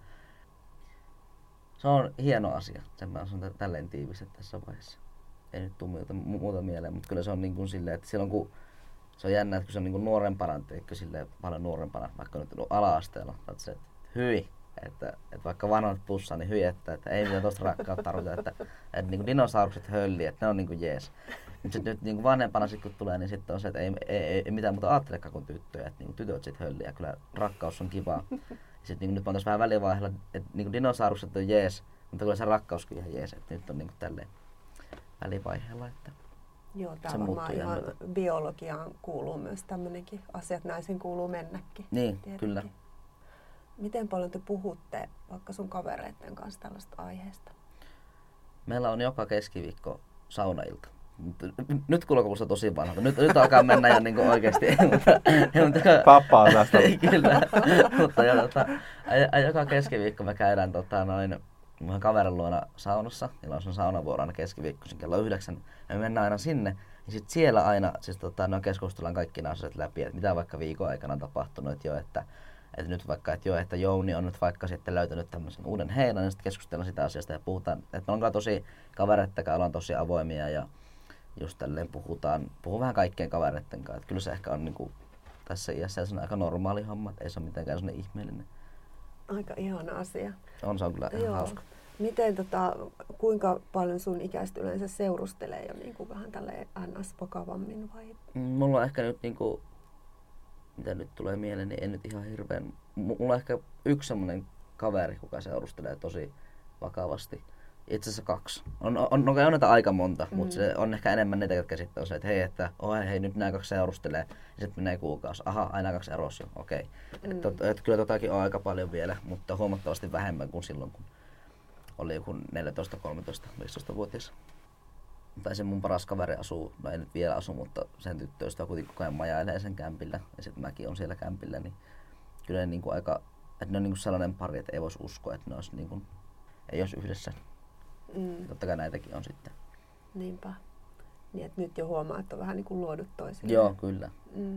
Se on hieno asia, sen mä sanon tälleen tiivisti tässä vaiheessa. Ei nyt tule muuta mieleen, mutta kyllä se on niin kuin silleen, että silloin kun se on jännä, että kun se on niin kuin nuorempana, eikö silleen paljon nuorempana, vaikka nyt ala-asteella, että se, hyi, että vaikka vanhat pussaa, niin hyi, että ei mitään tosta rakkautta tarvita, että niin kuin dinosaurukset hölli, että ne on niin kuin jees. Mutta nyt niin kuin vanhempana sit, kun tulee, niin sitten on se, että ei mitään muuta ajattelekaan kuin tyttöjä, että niin tytöt sit hölli ja kyllä rakkaus on kivaa. Sitten niin nyt mä oon tässä vähän välivaiheella, että niin dinosaurukset on jees, mutta kyllä se rakkauskin ihan jees, että nyt on niin tälleen välivaiheella. Että joo, tää varmaan ihan biologiaan kuuluu myös tämmöinenkin asia, että naisen kuuluu mennäkin. Niin, tietenkin. Kyllä. Miten paljon te puhutte vaikka sun kavereiden kanssa tällaista aiheesta? Meillä on joka keskiviikko saunailta. Nyt kuulostaa tosi vanhalta. Nyt alkaa mennä jo niinku oikeesti. Pappa on tästä. Kyllä. Mutta joka keskiviikko me käydään mun kaverin luona saunassa. Niillä on saunavuoro aina keskiviikkoisin kello 9. Ja me mennään aina sinne. Ja sit siellä aina keskustellaan kaikki nämä asiat läpi, että mitä vaikka viikon aikana on tapahtunut. Että nyt vaikka, että Jouni on nyt vaikka sitten löytänyt tämmöisen uuden heilan, niin sitten keskustellaan sitä asiasta ja puhutaan. Että me ollaan tosi kaverettakaan, ollaan tosi avoimia ja just tälleen puhun vähän kaikkien kavereitten kanssa. Että kyllä se ehkä on niinku tässä iässä aika normaali homma, että ei se ole mitenkään sellainen ihmeellinen. Aika ihana asia. Se on kyllä ihan hauska. Miten kuinka paljon sun ikäiset yleensä seurustelee jo niinku vähän tälleen ns. Vakavammin vai? Mulla on ehkä nyt niinku, mitä nyt tulee mieleen, niin ei nyt ihan hirveän. Mulla on ehkä yksi semmonen kaveri, joka seurustelee tosi vakavasti. Itse asiassa 2. On näitä aika monta, mutta se on ehkä enemmän niitä, jotka sitten on se, että hei, nyt nämä 2 seurustelee, ja sitten menee kuukausi. Aha, aina 2 erosi jo, okei. Että kyllä totakin on aika paljon vielä, mutta huomattavasti vähemmän kuin silloin, kun oli joku 14, 13, 15-vuotias. tai se mun paras kaveri asuu, no ei nyt vielä asu, mutta sen tyttöystä kuitenkin koko ajan majailee sen kämpillä ja sitten mäkin on siellä kämpillä, niin kyllä ne niinku aika, että ne on niinku sellainen pari, että ei voisi uskoa, että ne olisi niinku, ei olisi yhdessä. Totta kai näitäkin on sitten. Niinpä. Niin, että nyt jo huomaa, että on vähän niin kuin luodut toisille. Joo, kyllä.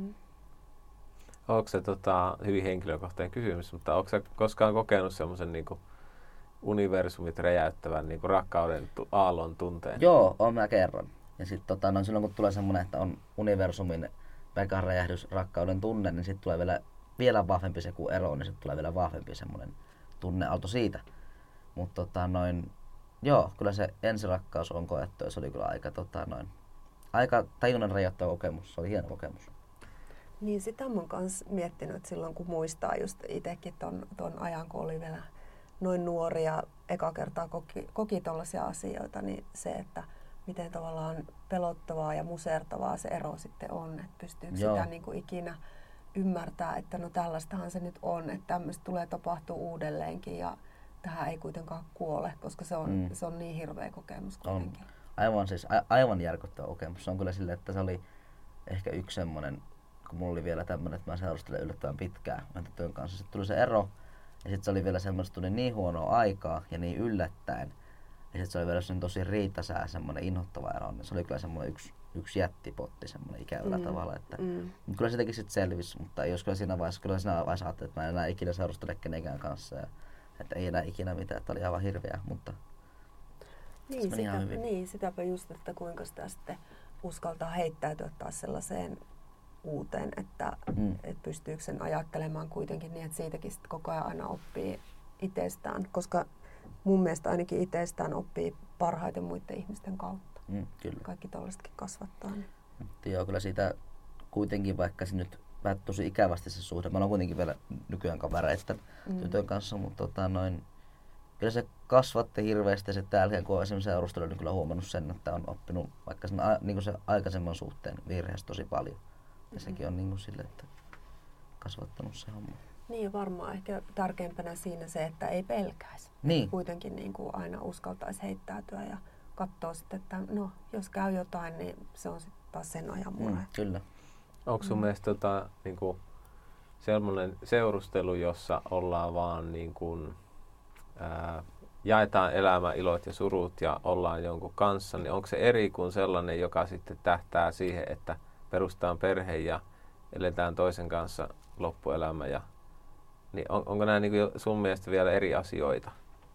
Onko se hyvin henkilökohtainen kysymys, mutta onko sä koskaan kokenut semmoisen niin universumit räjäyttävän niin rakkauden aallon tunteen? Joo, on mä kerran. Ja sitten silloin kun tulee semmoinen, että on universumin megan räjähdys rakkauden tunne, niin sitten tulee vielä vahvempi se kuin ero, niin sitten tulee vielä vahvempi semmoinen tunneaalto siitä. Mutta joo, kyllä se ensirakkaus on koettu ja se oli kyllä aika tajunnan räjäyttävä kokemus. Se oli hieno kokemus. Niin sitä mä oon kans miettinyt, että silloin kun muistaa just itsekin ton ajan, kun oli vielä noin nuori ja eka kertaa koki tollaisia asioita, niin se, että miten tavallaan pelottavaa ja musertavaa se ero sitten on. Että pystyykö sitä niin kuin ikinä ymmärtää, että no tällaistahan se nyt on, että tämmöistä tulee tapahtua uudelleenkin ja tähän ei kuitenkaan kuole, koska se on niin hirveä kokemus kuitenkin. Aivan järkyttävä kokemus. Se on kyllä silleen, että se oli ehkä yksi semmoinen, kun mulla oli vielä tämmöinen, että mä seurustelin yllättävän pitkään tytön kanssa. Sitten tuli se ero ja sitten se oli vielä semmoista, tuli niin huonoa aikaa ja niin yllättäen. Ja sitten se oli vielä tosi riitasää, semmoinen inhottava ero. Niin se oli kyllä semmoinen yksi jättipotti semmoinen ikävällä tavalla. Että, kyllä sitäkin sitten selvisi, mutta jos kyllä siinä vaiheessa ajattelin, että mä en enää ikinä seurustele kenenkään kanssa. Ja, että ei enää ikinä mitään, että oli aivan hirveä, mutta sitäpä just, että kuinka sitä sitten uskaltaa heittäytyä taas sellaiseen uuteen, että pystyykö sen ajattelemaan kuitenkin niin, että siitäkin sitten koko ajan aina oppii itsestään, koska mun mielestä ainakin itsestään oppii parhaiten muiden ihmisten kautta. Kyllä. Kaikki tollaisetkin kasvattaa. Niin. Joo, kyllä siitä kuitenkin, vaikka se nyt vähän tosi ikävästi se suhde. Mä oon kuitenkin vielä nykyään kavereita tytön kanssa, mutta kyllä se kasvatti hirveästi ja jälkeen, kun on esimerkiksi seurustellut, niin kyllä huomannut sen, että on oppinut vaikka sen, niin se aikaisemman suhteen virheestä tosi paljon. Ja sekin on niin sille, että kasvattanut se homma. Niin ja varmaan ehkä tärkeimpänä siinä se, että ei pelkäisi. Niin. Kuitenkin niin kuin aina uskaltaisi heittäytyä ja katsoa sitten, että no, jos käy jotain, niin se on sitten taas sen ajan murhe. Kyllä. Onko sun mielestä niinku sellainen seurustelu, jossa ollaan vaan niin kuin, jaetaan elämän ilot ja surut ja ollaan jonkun kanssa, niin onko se eri kuin sellainen, joka sitten tähtää siihen, että perustetaan perhe ja eletään toisen kanssa loppuelämä? Niin onko nämä niin kuin sun mielestä vielä eri asioita?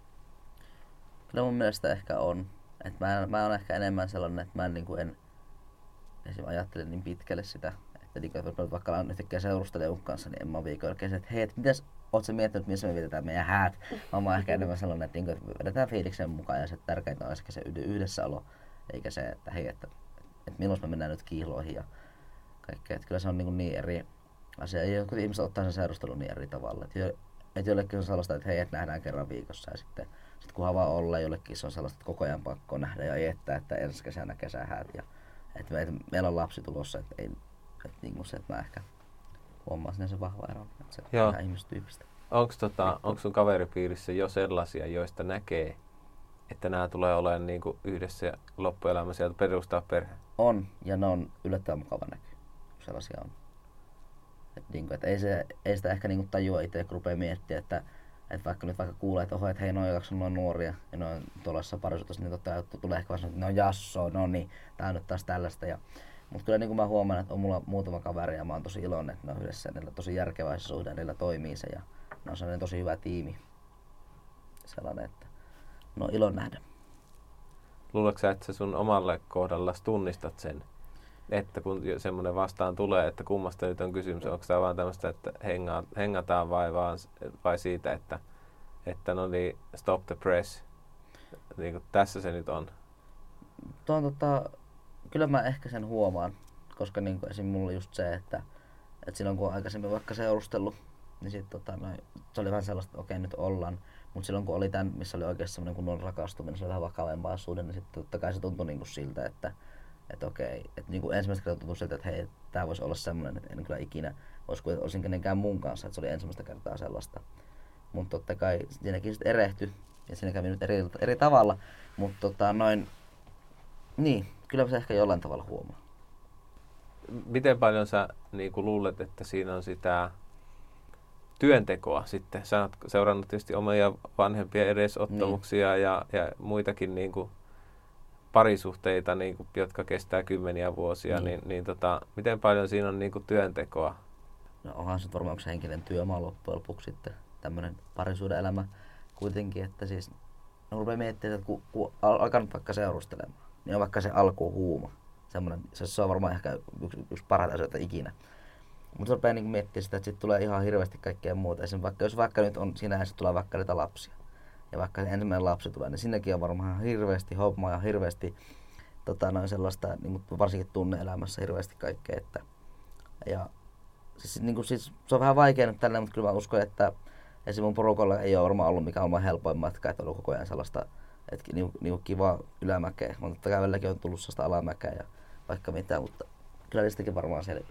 Kyllä mun mielestä ehkä on. Et mä oon ehkä enemmän sellainen, että mä en esimerkiksi ajattele niin pitkälle sitä, että vaikka ollaan yhtäkkiä seurustelemaan kanssa, niin en mä viikolla kesä, että hei, että mitäs oot sä miettinyt, missä me vietetään meidän häät? Mä oon ehkä enemmän sellainen, että vedetään fiiliksen mukaan ja se tärkeintä on ehkä se yhdessäolo, eikä se, että hei, että milloin me mennään nyt kiihloihin ja kaikkea. Että kyllä se on niin eri asia. Ja jotkut ihmiset ottaa sen seurustelun niin eri tavalla. Että jollekin on sellaista, että hei, että nähdään kerran viikossa ja sitten kunhan vaan ollaan, jollekin se on sellaista, että koko ajan pakko nähdä ja että ensi kesänä kesähäät ja että meillä on lapsi tulossa, että niin se, että mä ehkä huomaan sinne se vahva ero, että se on ihan ihmistyyppistä. Onko sun kaveripiirissä jo sellaisia, joista näkee, että nämä tulee olemaan niin kuin yhdessä ja loppuelämä sieltä perustaa perhe? On, ja ne on yllättävän mukava näkyy, sellaisia on. Että ei sitä ehkä niin tajua itse, kun rupeaa miettimään, että vaikka kuulee, että oho, että hei, noin on noin nuoria ja noin tuollaisessa parisuhteessa, niin totta tulee ehkä vaan että ne on jassoo, no niin, tää on nyt taas tällaista. Mutta kyllä niin kuin mä huomaan, että on mulla muutama kaveri ja mä oon tosi iloinen, että ne on yhdessä, niillä on tosi järkevä suhde, niillä toimii se ja ne on sellainen tosi hyvä tiimi. Sellainen, että no ilon nähdä. Luuletko sä, että sä sun omalle kohdallasi tunnistat sen, että kun semmoinen vastaan tulee, että kummasta nyt on kysymys, onko tämä vaan tämmöistä, että hengataan vai siitä, että no niin, stop the press, niin kuin tässä se nyt on? Kyllä mä ehkä sen huomaan, koska niin kuin esim. Mulla just se, että silloin kun on aikaisemmin vaikka seurustellut, niin sit, se oli vähän sellaista, että okei nyt ollaan, mutta silloin kun oli tämän, missä oli oikeasti semmoinen kunnon rakastuminen, se oli vähän vakavempaa suhde, niin sitten totta kai se tuntui niin kuin siltä, että okei, että niin kuin ensimmäistä kertaa tuntui siltä, että hei, tää voisi olla semmoinen, että en kyllä ikinä olisin kenenkään mun kanssa, että se oli ensimmäistä kertaa sellaista. Mutta totta kai siinäkin sitten erehtyi ja siinä kävi nyt eri tavalla, mutta niin, kyllä se ehkä jollain tavalla huomaa. Miten paljon sä niin kuin luulet, että siinä on sitä työntekoa sitten? Sä oot seurannut tietysti omia vanhempien edesottamuksia ja muitakin niin kuin parisuhteita, niin kuin, jotka kestää kymmeniä vuosia. Miten paljon siinä on niin kuin työntekoa? No onhan se varmaan yksi henkinen työmaa loppujen lopuksi sitten tämmöinen parisuuden elämä kuitenkin, että siis rupeaa miettimään, että kun alkanut vaikka seurustelemaan, niin on vaikka se alkuhuuma. Se on varmaan ehkä yksi parhaita asioita ikinä. Mutta rupeaa niin miettimään sitä, että sitten tulee ihan hirveästi kaikkea muuta. Jos vaikka nyt on sinähän tulee vaikka niitä lapsia. Ja vaikka ensimmäinen lapsi tulee, niin sinnekin on varmaan hirveästi hommaa ja hirveästi sellaista, niin varsinkin tunne-elämässä hirveästi kaikkea. Ja siis se on vähän vaikea nyt tällä, mutta kyllä mä uskon, että esimerkiksi mun porukalla ei ole varmaan ollut mikään oma helpoin matka, että on ollut koko ajan sellaista, että niinku kivaa ylämäkeä. Mutta totta kai välilläkin on tullut sellaista alamäkeä ja vaikka mitä, mutta kyllä niistäkin varmaan selviää.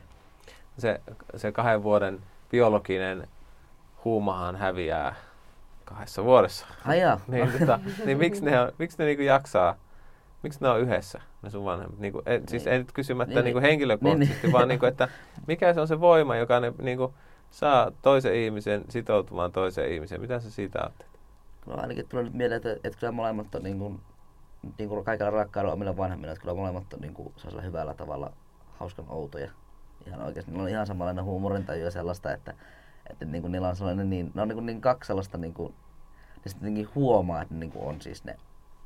Se 2 vuoden biologinen huumahan häviää 2 vuodessa. Niin miksi ne niinku jaksaa? Miksi ne on yhdessä, ne sun vanhemmat? Siis ei nyt kysymättä henkilökohtaisesti, vaan että mikä se on se voima, joka ne saa toisen ihmisen sitoutumaan toiseen ihmiseen. Mitä sä siitä ajattelet? No ainakin tulee nyt mieleen, että kyllä molemmat on niin kuin kaikilla rakkaudella omilla vanhemmilla, että kyllä molemmat on sellaisella hyvällä tavalla hauskan outoja. Ihan oikeasti, niillä on ihan samanlainen huumorintaju ja sellaista, että niillä on sellainen ne on niin kaksi sellaista ne sitten huomaa, että ne on siis ne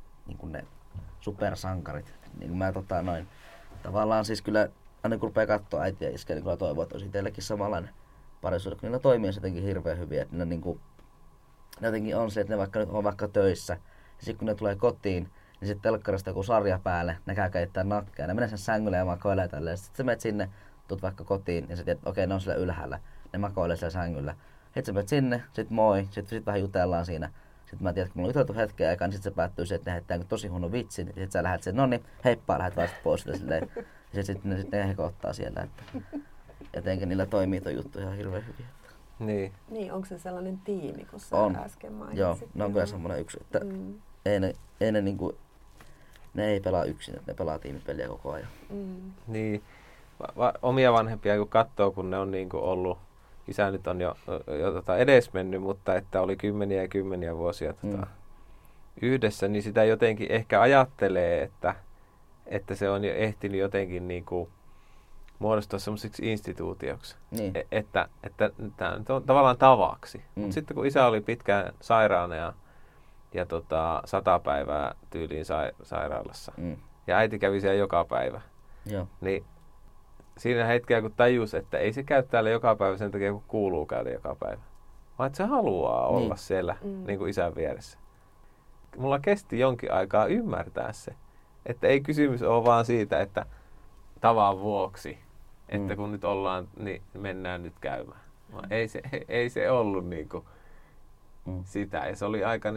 supersankarit. Niin mä tavallaan siis kyllä aina kun rupeaa katsoa äitiä ja iskeä, niin kyllä toivoo, että olisi itsellekin samanlainen parisuus, kun niillä toimii jotenkin hirveän hyviä. Että ne jotenkin on se, että ne vaikka nyt on vaikka töissä, ja sitten kun ne tulee kotiin, niin sitten telkkarista joku sarja päälle, ne käy käyttää nakkeja, ne menee sen sängylle ja makoilee tälleen. Sitten sä menet sinne, tuut vaikka kotiin, ja sä tiedät, että okei, ne on siellä ylhäällä, ne makoilee siellä sängyllä. Sitten sä menet sinne, sit moi, sit vähän jutellaan siinä. Sitten mä tiedän, että kun mulla on juteltu hetken aikaa, niin sitten se päättyy siihen, että ne heittää tosi huono vitsi. Ja sitten sä lähdet sen, no niin, heippa, lähdet vasta pois. Ja sitten ne hekottaa siellä. Että jotenkin niillä toimii tuo juttu ihan hirveän hyvin. Niin, onko se sellainen tiimi, kun sä äsken mainitsit? Joo, ne on kyllä semmoinen yksi, että ne ei pelaa yksin, että ne pelaa tiimipeliä koko ajan. Niin, omia vanhempia kun katsoo, kun ne on ollut, isä nyt on jo edesmennyt, mutta että oli kymmeniä vuosia yhdessä, niin sitä jotenkin ehkä ajattelee, että se on jo ehtinyt jotenkin muodostua semmoisiksi instituutioksi. Niin. Että tämä on tavallaan tavaksi. Mutta sitten kun isä oli pitkään sairaana ja 100 päivää tyyliin sairaalassa ja äiti kävi siellä joka päivä, niin siinä hetkeä kun tajus, että ei se käy täällä joka päivä sen takia, kun kuuluu käydä joka päivä, vaan että se haluaa olla siellä niin kuin isän vieressä. Mulla kesti jonkin aikaa ymmärtää se, että ei kysymys ole vaan siitä, että tavan vuoksi, että kun nyt ollaan, niin mennään nyt käymään. Ei se ollut sitä. Ja se oli aika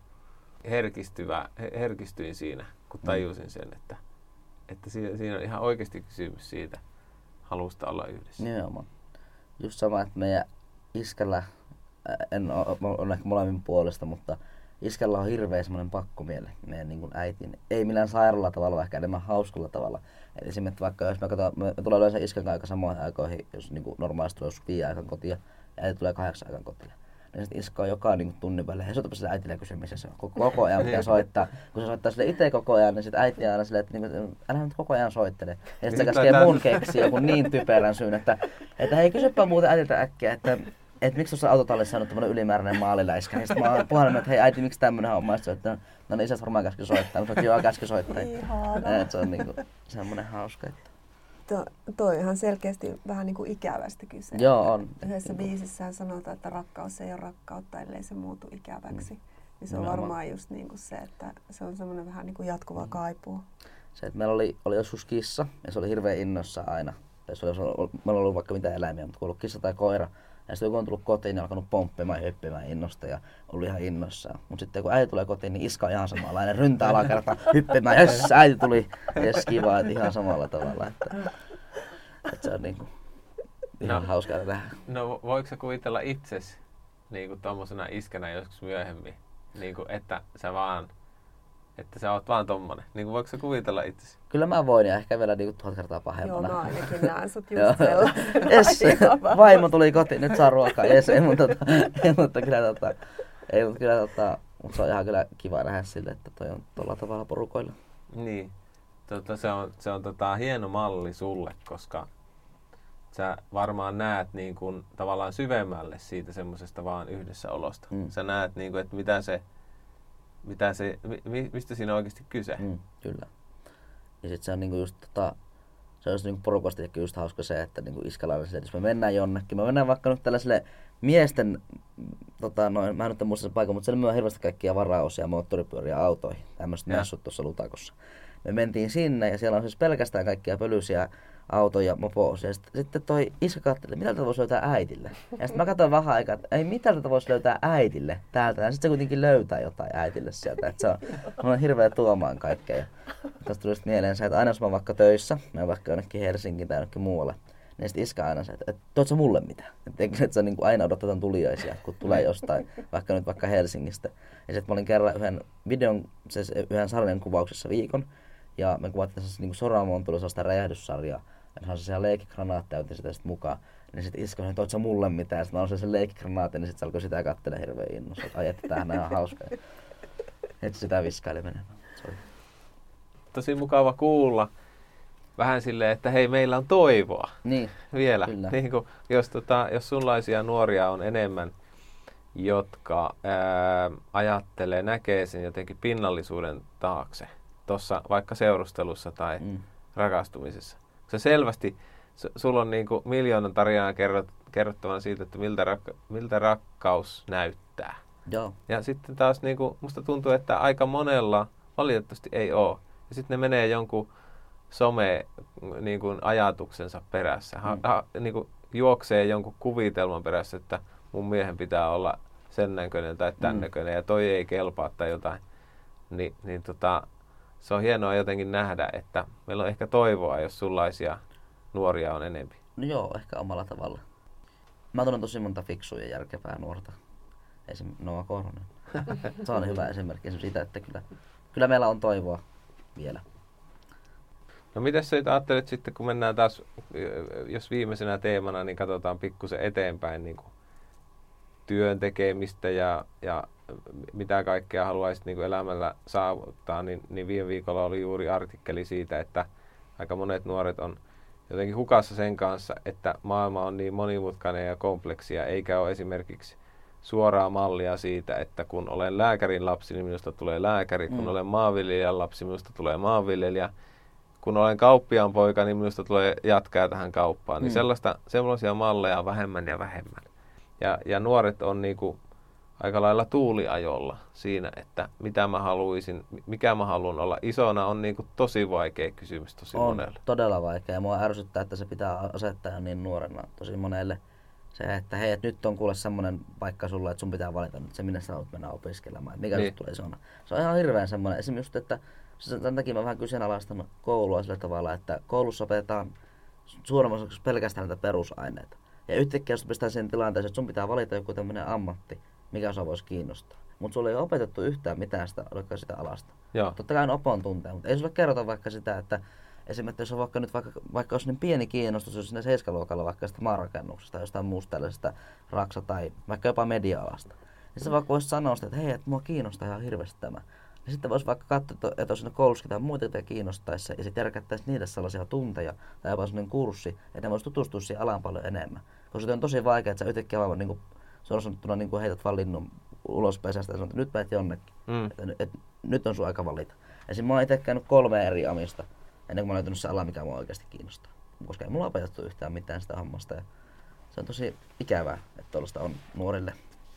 herkistyin siinä, kun tajusin sen, että siinä on ihan oikeasti kysymys siitä halusta olla yhdessä. Nimenomaan. Just sama, että meidän iskällä, on ehkä molemmin puolesta, mutta iskällä on hirveä semmoinen pakkomiele meidän äitiin. Ei millään sairaalla tavalla, vaan ehkä enemmän hauskalla tavalla. Et esimerkiksi vaikka jos me tulee yleensä iskän aika samoihin aikoihin, jos normaalisti tulee 5 aikaan kotia ja äiti tulee 8 aikaan kotia. Niin sitten iska on joka tunnin välillä. Ja soitapa sille äitille kysymisessä. Koko ajan pitää soittaa. Kun se soittaa sille itse koko ajan, niin sitten äiti aina silleen, että älä nyt koko ajan soittele. Ja sitten se käskee mun keksiä joku niin typerän syyn, että hei kysypä muuten äitiltä äkkiä, että miksi tuossa autotallissa on tämmöinen ylimääräinen maaliläiskä. Ja sitten mä oon puhannut, että hei äiti, miksi tämmöinen homma? Ja sitten no niin, isäs varmaan käski soittaa. Mutta joo, käski soittaa. Se on semmoinen hauska. Toi ihan selkeästi vähän ikävästi kyse. Joo, on. Yhdessä biisissään sanotaan, että rakkaus ei ole rakkautta, ellei se muutu ikäväksi. Niin se on varmaan just se, että se on semmoinen vähän jatkuva kaipuu. Se, että meillä oli joskus kissa, ja se oli hirveän innossa aina. Meillä oli ollut vaikka mitä eläimiä, mutta kun ollut kissa tai koira, ja sitten kun on tullut kotiin, niin on alkanut pomppimaan ja hyppimään innosta ja ollut ihan innossaan. Mutta sitten kun äiti tulee kotiin, niin iska on ihan samanlainen. Ryntää alakerta hyppimään. Jes, äiti tuli. Jes, kiva, että ihan samalla tavalla. Että se on ihan hauskaa nähdä. No voiko sä kuvitella itsesi tommosena iskänä joskus myöhemmin? Että sä vaan että sä oot vaan tommonen. Niin kuin voiko sä kuvitella itsesi? Kyllä mä voin ja ehkä vielä niinku 1000 kertaa pahempana. Joo, mä ainakin näen sut just sellaisena. Yes, vaimo tuli kotiin, nyt saa ruokaa. Yes, mutta se on ihan kyllä kiva nähdä sille, että toi on tuolla tavalla porukoilla. Niin. Se on hieno malli sulle, koska sä varmaan näet niin kuin tavallaan syvemmälle siitä semmoisesta vaan yhdessäolosta. Sä näet niin kuin, että mistä siinä on oikeasti kyse. Kyllä. Ja sit se on niinku just se on niinku porukasta just hauska se, että niinku iskällä sille, että jos me mennään jonnekin, me mennään vaikka nyt tällaiselle miesten, mä en nyt muista sen paikan, mutta siellä on hirveästi kaikkia varaosia, moottoripyöriä, autoihin, tämmöiset messut tuossa Lutakossa. Me mentiin sinne ja siellä on siis pelkästään kaikkia pölyisiä autoja, mopo-osia. Sitten toi iskä katseli, mitä tätä voisi löytää äitille. Ja sitten mä katsoin vähän aikaa, että ei mitä tätä voisi löytää äitille täältä. Ja sitten se kuitenkin löytää jotain äitille sieltä. Että se on hirveä tuomaan kaikkea. Ja tästä tuli mieleen se, että aina jos mä oon vaikka töissä, mä vaikka jonnekin Helsinkiin tai jonnekin muualle, niin sitten iskä aina se, että toit sä mulle mitä? Että sä niin kuin aina odotetaan tuliaisia, kun tulee jostain, vaikka Helsingistä. Ja sitten mä olin kerran yhden sarjan kuvauksessa viikon. Ja me kuvattiin niin Soramoon tuli sellaista räjähdyssarjaa. Ja se on sellaisia leikkigranaatteja, otin sitä sitten mukaan. Niin sitten iskä sanoi, että oot sä mulle mitään. Ja sitten mä oon sen leikkigranaatin, niin sitten se alkoi sitä katselemaan hirveän innossa. Ai että tämähän on ihan hauska. Että sitä viskaili menemään. Tosi mukava kuulla. Vähän silleen, että hei, meillä on toivoa. Niin, vielä. Niin kuin, jos sunlaisia nuoria on enemmän, jotka ajattelee, näkee sen jotenkin pinnallisuuden taakse. Tuossa vaikka seurustelussa tai rakastumisessa. Se selvästi, sulla on niinku 1,000,000 tarinaa kerrottavana siitä, että miltä rakkaus näyttää. Joo. Ja sitten taas niinku, musta tuntuu, että aika monella valitettavasti ei ole. Ja sitten ne menee jonkun niinku ajatuksensa perässä. Niinku juoksee jonkun kuvitelman perässä, että mun miehen pitää olla sen näköinen tai tän näköinen ja toi ei kelpaa tai jotain. Se on hienoa jotenkin nähdä, että meillä on ehkä toivoa, jos sunlaisia nuoria on enemmän. No joo, ehkä omalla tavalla. Mä tunnen tosi monta fiksuja järkevää nuorta. Esimerkiksi Noa Korhonen. Se on hyvä esimerkki siitä, että kyllä meillä on toivoa vielä. No mitäs sä ajattelet sitten, kun mennään taas, jos viimeisenä teemana, niin katsotaan pikkusen eteenpäin niin kuin työn tekemistä ja mitä kaikkea haluaisit niin kuin elämällä saavuttaa, niin viime viikolla oli juuri artikkeli siitä, että aika monet nuoret on jotenkin hukassa sen kanssa, että maailma on niin monimutkainen ja kompleksia, eikä ole esimerkiksi suoraa mallia siitä, että kun olen lääkärin lapsi, niin minusta tulee lääkäri, kun olen maanviljelijän lapsi, minusta tulee maanviljelijä, kun olen kauppiaan poika, niin minusta tulee jatkaa tähän kauppaan. Niin sellaisia malleja on vähemmän ja vähemmän. Ja nuoret on niinku aika lailla tuuliajolla siinä, että mitä mä haluaisin, mikä mä haluan olla isona, on niinku tosi vaikea kysymys tosi monelle. On todella vaikea. Ja mua ärsyttää, että se pitää asettaa niin nuorena tosi monelle. Se, että hei, että nyt on kuule semmoinen paikka sulla, että sun pitää valita nyt se, minne sä haluat mennä opiskelemaan. Että mikä niin tulee isona. Se on ihan hirveän semmoinen. Esimerkiksi just, että sen takia mä vähän kyseenalaistan koulua sillä tavalla, että koulussa opetetaan suuremmassa osassa pelkästään näitä perusaineita. Ja yhtäkkiä jos pistetään siihen tilanteeseen, että sun pitää valita joku tämmöinen ammatti, mikä sua voisi kiinnostaa. Mutta sulla ei ole opetettu yhtään mitään sitä alasta. Joo. Totta kai on opon tuntea, mutta ei sulle kerrota vaikka sitä, että esimerkiksi jos on vaikka olisi niin pieni kiinnostus, jos sinne 7-luokalla vaikka sitä maanrakennuksesta tai jostain muusta tällaisesta raksa tai vaikka jopa media-alasta. Niin sä vaikka voisi sanoa sitä, että hei, että mua kiinnostaa ihan hirveästi tämä. Ja sitten voisi vaikka katsoa, että olisi koulussa tai muita, joita kiinnostaisi, ja sitten järkättäisiin niille sellaisia tunteja tai jopa sellainen kurssi, että ne voisi tutustua siihen alaan paljon enemmän. Koska se on tosi vaikea, että sä yhtäkkiä vaan niin kuin, se on sanottuna niin kuin heität vaan linnun ulos pesästä ja sanot, että nyt menet jonnekin. Että nyt on sun aika valita. Ja mä oon itse käynyt 3 eri amista ennen kuin mä oon löytänyt se ala, mikä mua oikeasti kiinnostaa. Koska ei mulla opetettu yhtään mitään sitä hammasta. Ja se on tosi ikävää, että tuollaista on nuorille.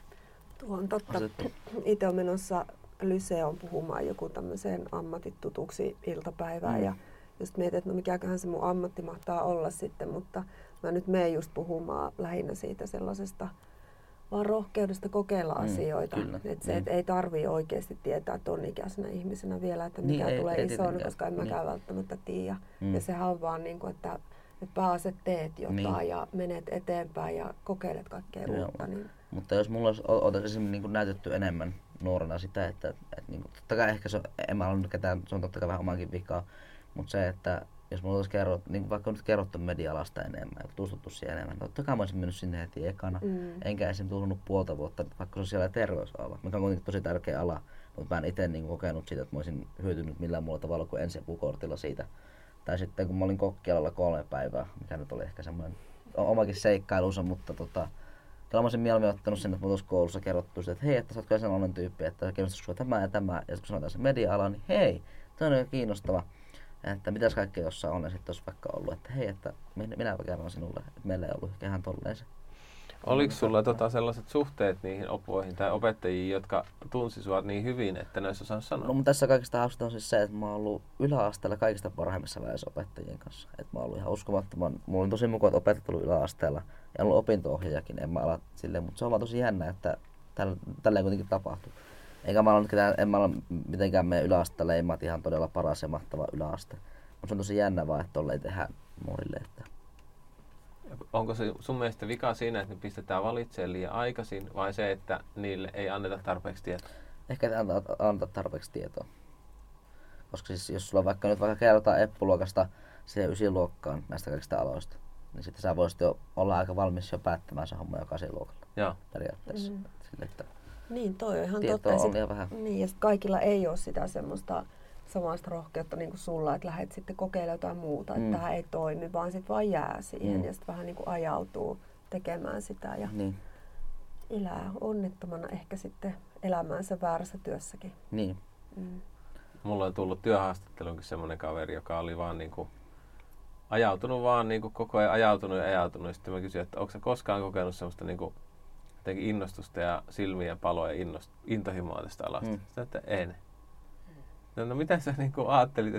Tuo on totta. Itse on menossa Lyseoon puhumaan joku tämmöiseen ammatit tutuksi iltapäivään ja just mietin, että no mikäköhän se mun ammatti mahtaa olla sitten, mutta mä nyt menen just puhumaan lähinnä siitä sellaisesta vaan rohkeudesta kokeilla asioita. Että se, et ei tarvii oikeasti tietää ton ikäisenä ihmisenä vielä, että mikä tulee isona, koska en mäkään välttämättä tiedä. Ja sehän on vaan niin kuin, että pääset teet jotain ja menet eteenpäin ja kokeilet kaikkea uutta. Niin. Mutta jos mulla olisi esimerkiksi niin näytetty enemmän nuorena sitä, että niin kuin, totta kai ehkä en mä ole ketään, se on totta kai vähän omankin vikaa, mutta se, että jos mulla olisi kerrottu, niin vaikka nyt kerrottu media-alasta enemmän ja tutustuttu siihen enemmän, totta kai mä olisin mennyt sinne heti ekana, enkä esim. Tullut puolta vuotta vaikka sosiaali- ja terveysala, mikä on kuitenkin tosi tärkeä ala, mutta mä en itse niin kokenut siitä, että mä olisin hyötynyt millään muulla tavalla kuin ensiapukortilla siitä. Tai sitten kun mä olin kokkialalla 3 päivää, mikä nyt oli ehkä semmoinen omakin seikkailunsa, mutta kyllä mä olisin mieluummin ottanut sen, että mä tuossa koulussa kerrottu sitä, että hei, että sä oot kyllä sellainen tyyppi, että kiinnostaisi sua tämä ja tämä, ja kun sanotaan se media-ala, niin hei, toi on kiinnostava, että mitäs kaikkea jossain on, ja sitten olisi vaikka ollut, että hei, että minäpä kerron sinulle, että meillä ei ollut ehkä ihan tolleen se. Oliko sulla sellaiset suhteet niihin opoihin tai opettajiin, jotka tunsi sua niin hyvin, että ne olisi osannut sanoa? No mutta tässä kaikista hauskinta on siis se, että mä oon ollut yläasteella kaikista parhaimmissa välissä opettajien kanssa. Että mä oon ollut ihan uskomattoman, mulla oli tosi mukava, että opettajat ollut yläasteella ja ollut opinto-ohjaajakin, en mä ala silleen, mutta se on vaan tosi jännä, että tälleen kuitenkin tapahtuu. Eikä mä ole mitenkään meidän yläasteella leimaat ihan todella paras ja mahtava yläaste. Mutta se on tosi jännä vaan, että tolleen tehdään nuorille. Että Onko se sun mielestä vika siinä, että ne pistetään valitsemaan liian aikaisin vai se, että niille ei anneta tarpeeksi tietoa? ehkä ei anta tarpeeksi tietoa. Koska siis jos sulla vaikka kerrotaan eppuluokasta siihen 9 luokkaan näistä kaikista aloista, niin sitten sä voisit jo olla aika valmis jo päättämään se homma jo 8 luokalla. Joo. Periaatteessa. Sille, että Niin, toi on ihan tietoa totta. on liian vähän. Niin, ja sit kaikilla ei ole sitä semmoista samanlaista rohkeutta niin kuin sulla, että lähdet sitten kokeilemaan jotain muuta, että tämä ei toimi, vaan sitten vaan jää siihen ja sitten vähän niin kuin ajautuu tekemään sitä ja elää onnettomana ehkä sitten elämäänsä väärässä työssäkin. Niin. Mulla on tullut työhaastatteluunkin semmoinen kaveri, joka oli vaan niinku ajautunut vaan niinku koko ajan ajautunut. Ja sitten mä kysyin, että onko sä koskaan kokenut semmoista niinku jotenkin innostusta ja silmien paloa ja intohimoa tästä alasta? Sitten, että en. No mitä sä niinku ajattelit,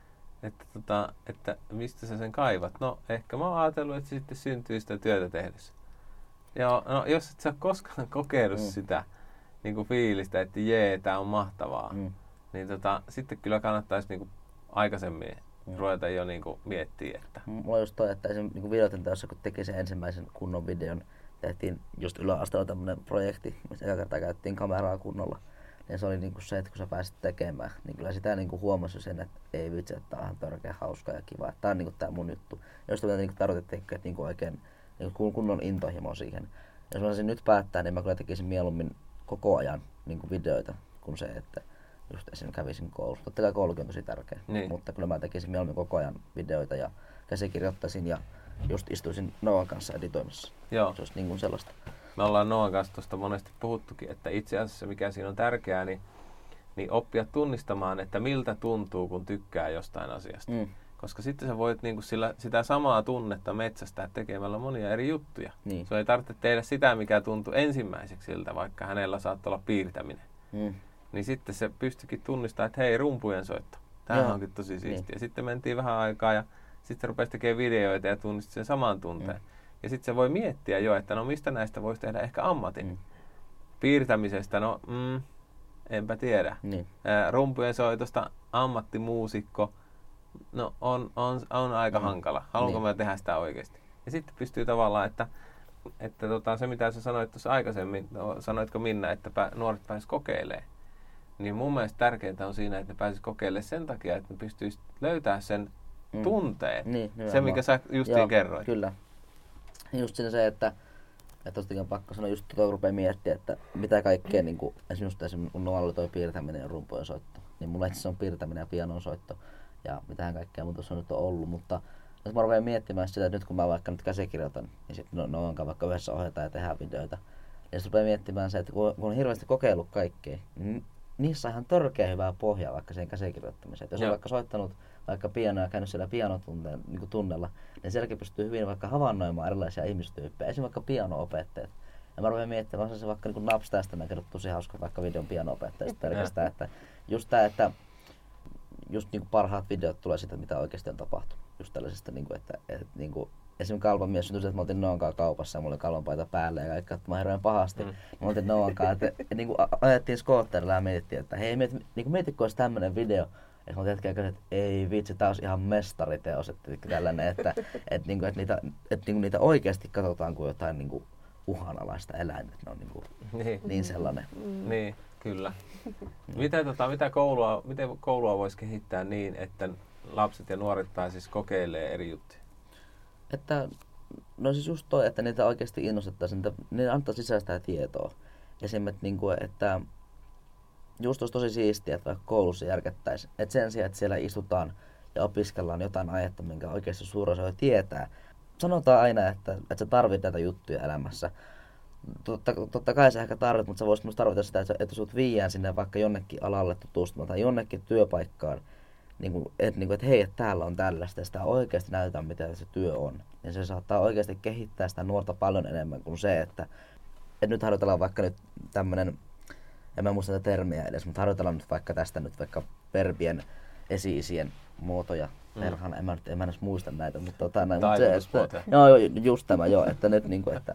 että mistä sä sen kaivat? No ehkä mä oon ajatellut, että se sitten syntyy sitä työtä tehdessä. Joo, no jos et sä ole koskaan kokenut sitä niinku fiilistä, että jee, tää on mahtavaa, niin sitten kyllä kannattaisi niinku aikaisemmin ruveta jo niinku miettiä, että Mulla on just toi, että esimerkiksi niinku videoiden teossa, kun teki sen ensimmäisen kunnon videon, tehtiin just yläasteella tämmönen projekti, missä eka kertaa käytettiin kameraa kunnolla. Ja se oli niinku se, että kun sä pääsit tekemään, niin kyllä sitä niinku huomasi sen, että ei vitsi, että tää on ihan törkeä hauska ja kiva, että tää on niinku tää mun juttu. Ja jos sitä niinku tarkoitettiin, että niinku oikein niinku kunnon intohimo siihen. Jos mä saisin nyt päättää, niin mä kyllä tekisin mieluummin koko ajan niinku videoita, kuin se, että just esimerkiksi kävisin koulussa. Totta kai koulukin on tosi tärkeä, mutta kyllä mä tekisin mieluummin koko ajan videoita ja käsikirjoittaisin ja just istuisin Noan kanssa editoimassa. Joo. Se olisi niin kuin sellaista. Me ollaan Noan kanssa tuosta monesti puhuttukin, että itse asiassa mikä siinä on tärkeää, niin oppia tunnistamaan, että miltä tuntuu, kun tykkää jostain asiasta. Koska sitten sä voit niinku sitä samaa tunnetta metsästää tekemällä monia eri juttuja. Niin. Se ei tarvitse tehdä sitä, mikä tuntuu ensimmäiseksi siltä, vaikka hänellä saattaa olla piirtäminen. Niin sitten se pystyikin tunnistamaan, että hei, rumpujen soitto. Tämähän onkin tosi siistiä. Sitten mentiin vähän aikaa ja sitten rupesi tekemään videoita ja tunnisti sen saman tunteen. Ja sitten se voi miettiä jo, että no mistä näistä voisi tehdä ehkä ammatin. Piirtämisestä, no enpä tiedä. Rumpujen soitosta ammattimuusikko, no on aika hankala. Haluanko mä tehdä sitä oikeasti? Ja sitten pystyy tavallaan, että se mitä sä sanoit tuossa aikaisemmin, sanoitko Minna, että nuoret pääsivät kokeilemaan. Niin mun mielestä tärkeintä on siinä, että ne pääsisivät kokeilemaan sen takia, että ne pystyisivät löytämään sen tunteen. Se, mikä sä justiin kerroit. Kyllä. Just siinä se, että tostakin on pakko sanoa, just kun rupeaa miettimään, että mitä kaikkea, niin kuin, esimerkiksi kun Noalla oli toi piirtäminen ja rumpujen soitto, niin mulla itse on piirtäminen ja pianon soitto ja mitähän kaikkea muuta se on nyt ollut, mutta jos mä rupean miettimään sitä, että nyt kun mä vaikka nyt käsikirjoitan, niin sitten Noankaan vaikka yhdessä ohjataan ja tehdään videoita, ja sitten rupeaa miettimään se, että kun on hirveästi kokeillut kaikkea, niin niissä on ihan törkeä hyvää pohjaa vaikka sen käsikirjoittamiseen. Jos on vaikka soittanut vaikka pianoa ja käynyt siellä pianotunnella, niin sielläkin pystyy hyvin vaikka havainnoimaan erilaisia ihmistyyppejä, esimerkiksi vaikka piano-opettajat. Ja mä rupean miettimään, että se vaikka niin Napstajasta näkynyt tosi hauska vaikka videon piano-opettajista pelkästään, että just tää, että just niin parhaat videot tulee siitä, mitä oikeasti on tapahtunut. Just tällaisesta, niin kuin, että niin kuin, esimerkiksi Kalpan mies syntyi, että mä oltiin Noan kanssa kaupassa ja mulla oli Kalpan paita päällä ja kaikki katsomaan hirveän pahasti. Mä oltiin Noan kanssa, että niin kuin ajettiin skootterilla ja mietittiin, että hei, mieti kun olisi tämmönen video. Ja mä teetkään että ei vitsi, tää olisi ihan mestariteos, että tällainen, että niitä oikeasti katsotaan kuin jotain niinku uhanalaista eläintä. Ne on niin sellainen. Niin, kyllä. Miten koulua voisi kehittää niin, että lapset ja nuoret pääsis kokeilemaan eri juttuja? Että, no siis just toi, että niitä oikeasti innostettaisiin, niitä antaa sisäistä tietoa. Esimerkiksi, että just olisi tosi siistiä, että vaikka koulussa järkettäisiin, että sen sijaan, että siellä istutaan ja opiskellaan jotain aihetta, minkä oikeasti suurin osa tietää. Sanotaan aina, että sä tarvit näitä juttuja elämässä. Totta kai sä ehkä tarvit, mutta sä voisit myös tarvita sitä, että sut viiään sinne vaikka jonnekin alalle tutustumaan tai jonnekin työpaikkaan. Että hei, että täällä on tällaista ja sitä oikeasti näytetään, mitä se työ on. Ja se saattaa oikeasti kehittää sitä nuorta paljon enemmän kuin se, että nyt harjoitellaan vaikka nyt tämmönen, en mä muista tätä termiä edes, mutta harjoitellaan nyt vaikka tästä nyt vaikka verbien esi-isien muotoja. Perhana, en mä edes muista näitä, mutta joo, just tämä joo, että nyt että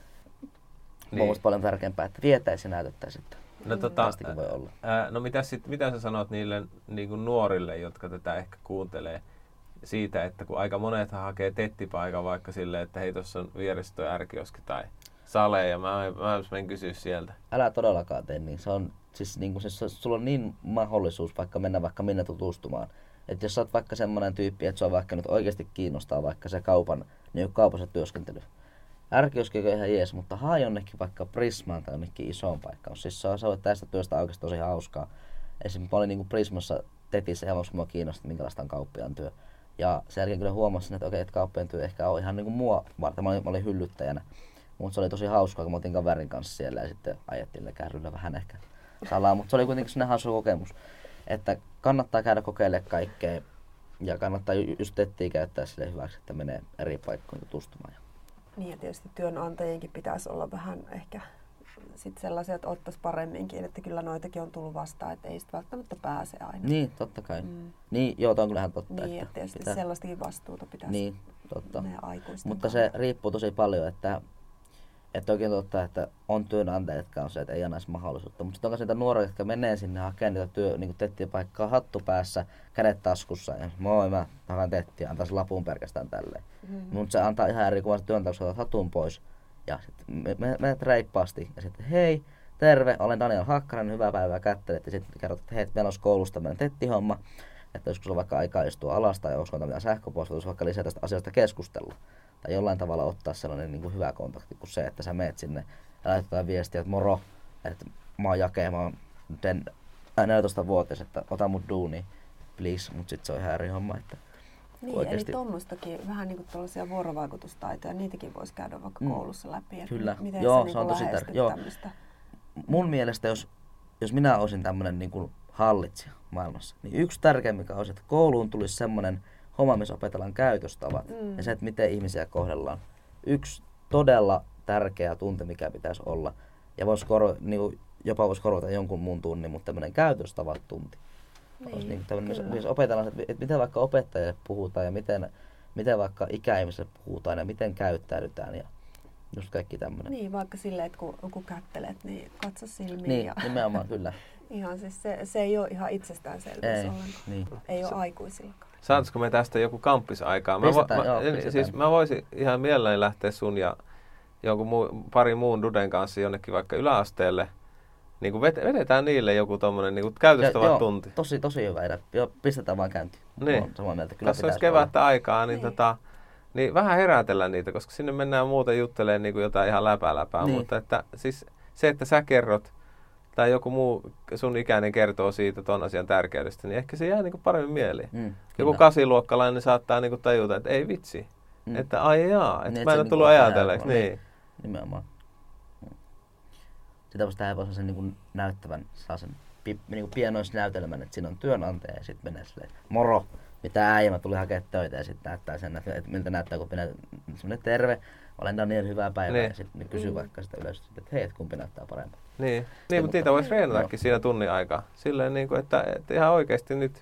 mun paljon tärkeämpää, että vietäisiin ja näytettäisiin, että voi olla. No mitä sä sanot niille nuorille, jotka tätä ehkä kuuntelee siitä, että kun aika monethan hakee tettipaikan vaikka silleen, että hei, tuossa on vieressä toi R-kioski tai sale ja mä menen kysyä sieltä. Älä todellakaan tee niin. Se on siis sulla on niin mahdollisuus vaikka mennä vaikka minne tutustumaan. Että jos sä oot vaikka semmoinen tyyppi, että sua vaikka nyt oikeasti kiinnostaa vaikka se kaupassa työskentely. R-kioski on ihan jees, mutta haa jonnekin vaikka Prismaan tai jonnekin isoon paikkaan. Siis se on tästä työstä oikeasti tosi hauskaa. Esimerkiksi mä olin Prismassa tetissä ihan kun mua kiinnosti, minkälaista on kauppiaan työ. Ja sen jälkeen kyllä huomasin, että okei, että kauppiaan työ ehkä on ihan mua varten. Mä olin hyllyttäjänä. Mutta se oli tosi hauskaa, kun mä otin kaverin kanssa siellä ja sitten ajettiin kärryllä vähän ehkä salaa. Mutta se oli kuitenkin sellainen hauska kokemus, että kannattaa käydä kokeilemaan kaikkea ja kannattaa just tettiä käyttää sille hyväksi, että menee eri paikkoihin tutustumaan. Niin ja tietysti työnantajienkin pitäisi olla vähän ehkä sit sellaisia, että ottaisi paremminkin, että kyllä noitakin on tullut vastaan, että ei sitten välttämättä pääse aina. Niin, totta kai. Niin, joo, toi on kyllähän totta. Niin, että tietysti sellaistakin vastuuta pitäisi niin, totta. meidän aikuisten mutta se riippuu tosi paljon, että oikein totta, että on työnantajat, jotka on se, että ei anna edes mahdollisuutta. Mutta sitten on niitä nuoria, jotka menee sinne hakemaan niitä tettipaikkaa hattu päässä, kädet taskussa ja moi mä hakan tettiä, antaa se lapun pelkästään tälleen. Mutta se antaa ihan eri kuvan työnantajaksi, kun otat hatun pois ja sitten menet reippaasti ja sitten hei, terve, olen Daniel Hakkanen, hyvää päivää, kättelet ja sitten kerrot, että hei, meillä olisi koulussa tämmöinen tettihomma, että joskus on vaikka aikaa istua alas tai olisiko mitään sähköpostia, vaikka lisää tästä asiasta keskustella. Tai jollain tavalla ottaa sellainen hyvä kontakti kuin se, että sä meet sinne ja laitetaan viestiä, että moro, että mä oon Jake, mä oon 14-vuotias, että ota mut duuni, please, mut sit se on ihan eri homma. Että niin, oikeasti... eli tuommoistakin vähän niin kuin tällaisia vuorovaikutustaitoja, niitäkin voisi käydä vaikka koulussa läpi. Että kyllä, miten joo, se on tosi tärkeää. Mun mielestä, jos minä olisin tämmönen niin kuin hallitsija maailmassa, niin yksi tärkeä mikä olisi, että kouluun tulisi semmoinen homma, missä opetellaan käytöstavat ja se, että miten ihmisiä kohdellaan. Yksi todella tärkeä tunti, mikä pitäisi olla. Ja jopa voisi korvata jonkun muun tunnin, mutta tämmöinen käytöstavat tunti. Niin, missä opetellaan, että miten vaikka opettajille puhutaan ja miten vaikka ikäihmisille puhutaan ja miten käyttäydytään ja just kaikki tämmöinen. Niin, vaikka silleen, että kun kättelet, niin katso silmiin. Niin, ja nimenomaan kyllä. Ihan siis se ei ole ihan itsestäänselvyys ollenkaan. Niin. Ei ole aikuisillakaan. Saataisiko me tästä joku kamppisaikaa? Mä voisin ihan mielelläni lähteä sun ja jonkun pari muun duden kanssa jonnekin vaikka yläasteelle. Niin kuin vedetään niille joku tommonen niin käytöstavat tunti. Tosi hyvä idea. Joo, pistetään vaan käyntiin. Niin. Samaa mieltä. Kyllä tässä olisi kevättä aikaa, niin, niin vähän herätellä niitä, koska sinne mennään muuten juttelemaan niin kuin jotain ihan läpää. Niin. Mutta että, siis se, että sä kerrot tai joku muu sun ikäinen kertoo siitä ton asian tärkeydestä, niin ehkä se jää niinku paremmin mieliin. Joku 8-luokkalainen saattaa niinku tajuta, että ei vitsi, että ai jaa, että mä en ole tullut ajatelleeksi. Niin. Nimenomaan. Sitä voisi tehdä sen niinku näyttävän, sellaisen niinku pienoisnäytelmän, että siinä on työnantaja ja sitten menee silleen, moro, mitä äijä, mä tulin hakemaan töitä ja sitten näyttää sen, että miltä näyttää, kun minä semmoinen terve, olen Daniel, hyvää päivää ja sitten kysyy vaikka sitä yleisöstä, että hei, kumpi näyttää paremmin. Niin, mutta niitä voisi treenatakin siinä tunnin aikaa. Silleen, niin kuin, että ihan oikeasti nyt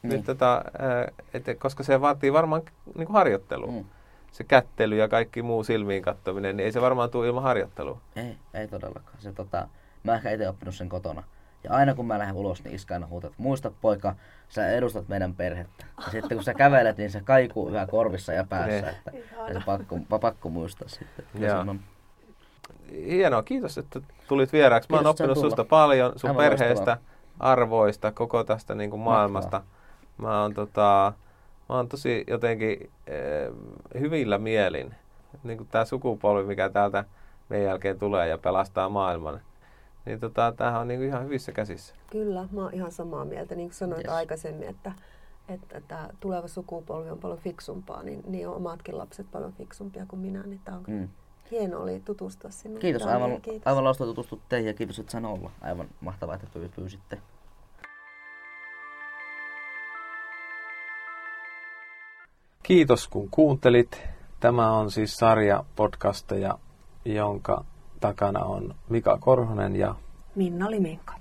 koska se vaatii varmaan niin kuin harjoittelua. Se kättely ja kaikki muu silmiin katsominen, niin ei se varmaan tule ilman harjoittelua. Ei todellakaan. Mä ehkä itse oppinut sen kotona. Ja aina kun mä lähden ulos, niin iskä aina huutaa, että muista poika, sä edustat meidän perhettä. Ja sitten kun sä kävelet, niin se kaikuu yhä korvissa ja päässä. Että se pakko muistaa sitten. hienoa, kiitos, että tulit vieraaksi. Mä oon oppinut susta paljon, sun Aivan perheestä, loistavaa. Arvoista, koko tästä niin kuin maailmasta. Mä oon tosi jotenkin hyvillä mielin. Niin kuin tää sukupolvi, mikä täältä meidän jälkeen tulee ja pelastaa maailman. Niin tämähän on niin kuin ihan hyvissä käsissä. Kyllä, mä oon ihan samaa mieltä. Niin kuin sanoit aikaisemmin, että tämä tuleva sukupolvi on paljon fiksumpaa, niin on omatkin lapset paljon fiksumpia kuin minä. Niin tää on hieno oli tutustua sinne. Kiitos, aivan loistava tutustua teihin ja kiitos, että sain olla. Aivan mahtavaa, että pyysitte. Kiitos kun kuuntelit. Tämä on siis sarja podcasteja, jonka takana on Mika Korhonen ja Minna Liminka.